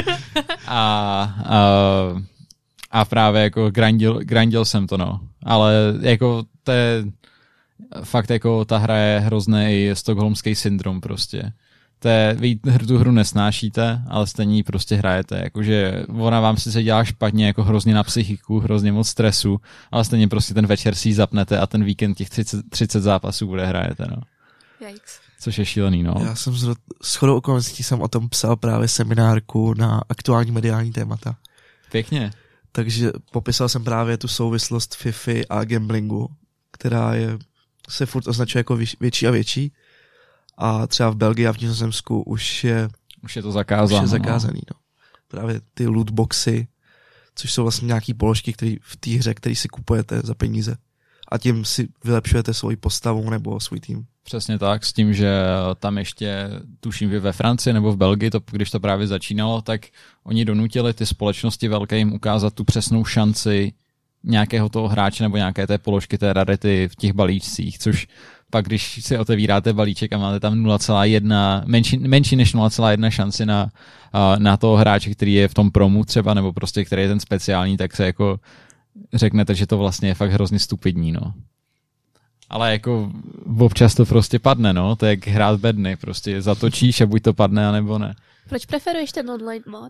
A právě jako grindil jsem to, no. Ale jako to je fakt jako ta hra je hrozný stockholmský syndrom prostě. Vy tu hru nesnášíte, ale stejně ji prostě hrajete. Jakože ona vám sice dělá špatně, jako hrozně na psychiku, hrozně moc stresu, ale stejně prostě ten večer si ji zapnete a ten víkend těch 30 zápasů bude hrajete, no. Yikes. Což je šílený, no. Já jsem shodou okolností jsem o tom psal právě seminárku na aktuální mediální témata. Pěkně. Takže popisal jsem právě tu souvislost FIFA a gamblingu, která se furt označuje jako větší a větší. A třeba v Belgii a v Nizozemsku už je to zakázané. No. Právě ty lootboxy, což jsou vlastně nějaký položky, které v té hře, který si kupujete za peníze. A tím si vylepšujete svoji postavu nebo svůj tým. Přesně tak, s tím, že tam ještě, tuším, že ve Francii nebo v Belgii, když to právě začínalo, tak oni donutili ty společnosti velké jim ukázat tu přesnou šanci nějakého toho hráče nebo nějaké té položky té rarity v těch balíčcích, což pak, když si otevíráte balíček a máte tam 0,1, menší než 0,1 šanci na toho hráče, který je v tom promu třeba, nebo prostě který je ten speciální, tak se jako řeknete, že to vlastně je fakt hrozně stupidní, no. Ale jako občas to prostě padne, no, to je jak hrát bedny, prostě zatočíš a buď to padne, anebo ne. Proč preferuješ ten online mod?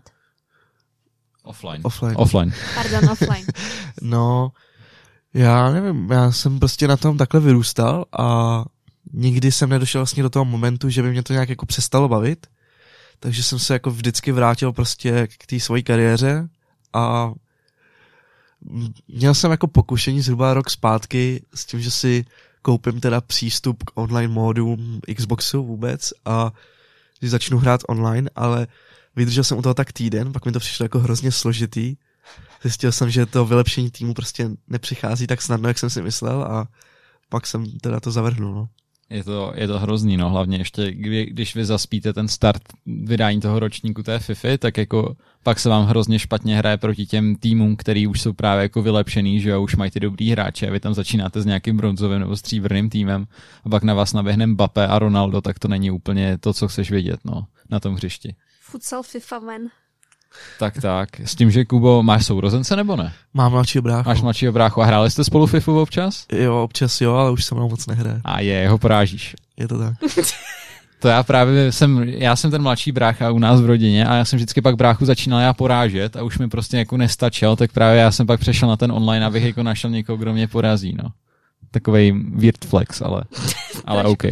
Offline. Pardon, offline. No, já nevím, já jsem prostě na tom takhle vyrůstal a nikdy jsem nedošel vlastně do toho momentu, že by mě to nějak jako přestalo bavit, takže jsem se jako vždycky vrátil prostě k té své kariéře a měl jsem jako pokušení zhruba rok zpátky s tím, že si koupím teda přístup k online módům Xboxu vůbec a když začnu hrát online, ale vydržel jsem u toho tak týden, pak mi to přišlo jako hrozně složitý. Zjistil jsem, že to vylepšení týmu prostě nepřichází tak snadno, jak jsem si myslel a pak jsem teda to zavrhnul, no. Je to hrozný, no, hlavně ještě, když vy zaspíte ten start vydání toho ročníku té FIFA, tak jako pak se vám hrozně špatně hraje proti těm týmům, který už jsou právě jako vylepšený, že jo, už mají ty dobrý hráče a vy tam začínáte s nějakým bronzovým nebo stříbrným týmem a pak na vás naběhne Mbappé a Ronaldo, tak to není úplně to, co chceš vidět, no, na tom hřišti. Futsal FIFA man. Tak. S tím, že Kubo, máš sourozence nebo ne? Mám mladšího bráchu. Máš mladšího bráchu a hráli jste spolu FIFU občas? Jo, občas jo, ale už se mnou moc nehraje. A jeho porážíš. Je to tak. To já jsem ten mladší brácha u nás v rodině a já jsem vždycky pak bráchu začínal porážet a už mi prostě jako nestačil, tak právě já jsem pak přešel na ten online, abych jako našel někoho, kdo mě porazí, no. Takovej weird flex, ale OK.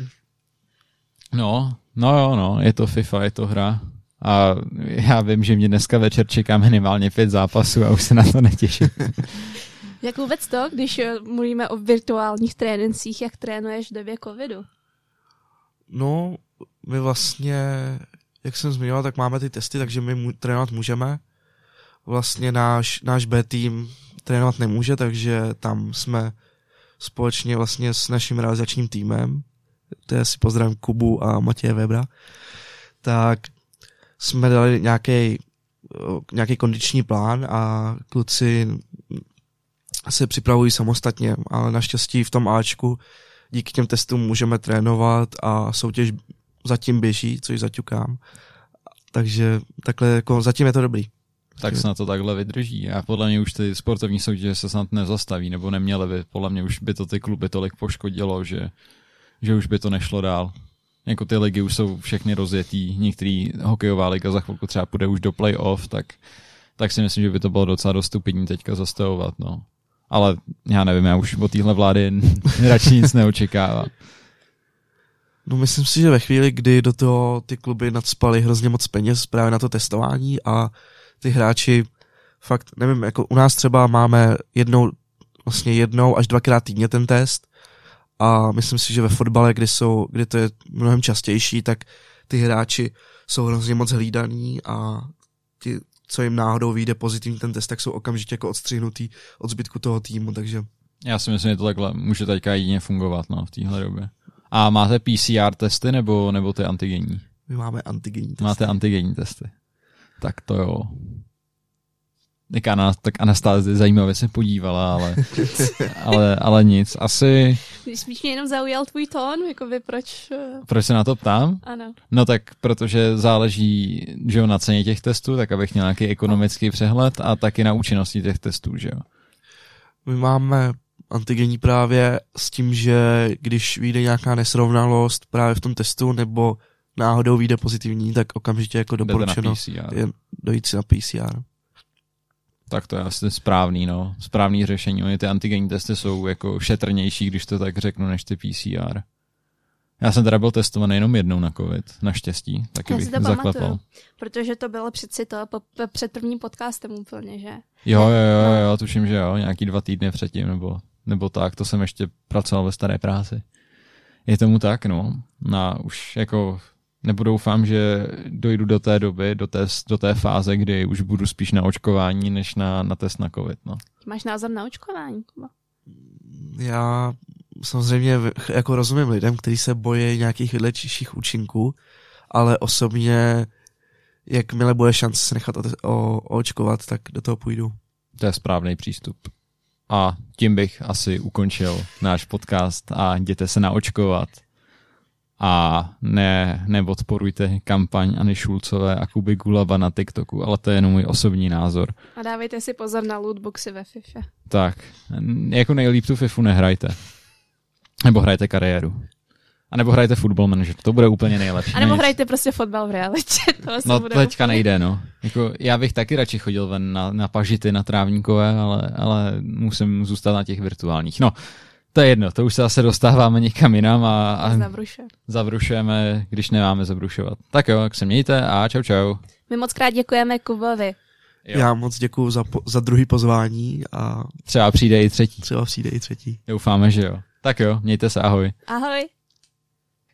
No, je to FIFA, je to hra. A já vím, že mě dneska večer čeká minimálně 5 zápasů a už se na to netěším. Jak vůbec to, když mluvíme o virtuálních trénincích, jak trénuješ v době covidu? No, my vlastně, jak jsem zmiňoval, tak máme ty testy, takže my trénovat můžeme. Vlastně náš B tým trénovat nemůže, takže tam jsme společně vlastně s naším realizačním týmem, to si pozdravím Kubu a Matěje Webra, tak jsme dali nějaký kondiční plán a kluci se připravují samostatně, ale naštěstí v tom Ačku díky těm testům můžeme trénovat a soutěž zatím běží, což zaťukám. Takže takhle jako zatím je to dobrý. Tak se na to takhle vydrží. A podle mě už ty sportovní soutěže se snad nezastaví, nebo neměly by. Podle mě už by to ty kluby tolik poškodilo, že už by to nešlo dál. Jako ty ligy už jsou všechny rozjetý, některý hokejová liga za chvilku třeba půjde už do play-off, tak si myslím, že by to bylo docela dost stupidní teďka zastavovat, no. Ale já nevím, já už od téhle vlády radši nic neočekávám. No myslím si, že ve chvíli, kdy do toho ty kluby nadspaly hrozně moc peněz právě na to testování a ty hráči fakt, nevím, jako u nás třeba máme jednou až 2krát týdně ten test a myslím si, že ve fotbale, kdy to je mnohem častější, tak ty hráči jsou hrozně moc hlídaný a ti, co jim náhodou vyjde pozitivní ten test, tak jsou okamžitě jako odstřihnutý od zbytku toho týmu, takže... Já si myslím, že to takhle může teďka jedině fungovat, no, v téhle době. A máte PCR testy nebo ty antigenní? My máme antigenní testy. Máte antigenní testy. Tak to jo. Tak Anastázie zajímavě se podívala, ale nic. Asi... Spíš mě jenom zaujal tvůj tón, jakoby proč... Proč se na to ptám? Ano. No tak, protože záleží, že jo, na ceně těch testů, tak abych měl nějaký ekonomický přehled a taky na účinnosti těch testů, že jo. My máme antigenní právě s tím, že když vyjde nějaká nesrovnalost právě v tom testu, nebo náhodou vyjde pozitivní, tak okamžitě jako doporučeno je dojít si na PCR. Tak to je asi správný, no. Správný řešení. Oni ty antigenní testy jsou jako šetrnější, když to tak řeknu, než ty PCR. Já jsem teda byl testovaný jenom jednou na covid, naštěstí. Taky bych zaklepal. Protože to bylo přeci to před prvním podcastem úplně, že? Jo, tuším, že jo. Nějaký 2 týdny předtím, nebo tak. To jsem ještě pracoval ve staré práci. Je tomu tak, no. Už jako... Nebo doufám, že dojdu do té doby, do té fáze, kdy už budu spíš na očkování, než na test na covid. No. Máš názor na očkování, Kuba? Já samozřejmě jako rozumím lidem, kteří se bojí nějakých vedlejších účinků, ale osobně, jakmile bude šance se nechat očkovat, tak do toho půjdu. To je správný přístup. A tím bych asi ukončil náš podcast a jděte se naočkovat. A neodporujte kampaň Anny Šulcové a Kuby Gulaba na TikToku, ale to je jenom můj osobní názor. A dávejte si pozor na lootboxy ve FIFA. Tak, jako nejlíp tu FIFU nehrajte. Nebo hrajte kariéru. A nebo hrajte Football Manager, to bude úplně nejlepší. A nebo hrajte prostě fotbal v realitě. No teďka nejde, no. Jako, já bych taky radši chodil ven na pažity, na trávníkové, ale musím zůstat na těch virtuálních. No, to je jedno, to už se zase dostáváme někam jinam a zavrušujeme, když nemáme zabrušovat. Tak jo, tak se mějte a čau. My moc krát děkujeme Kubovi. Jo. Já moc děkuju za druhý pozvání a třeba přijde i třetí. Doufáme, že jo. Tak jo, mějte se, ahoj. Ahoj.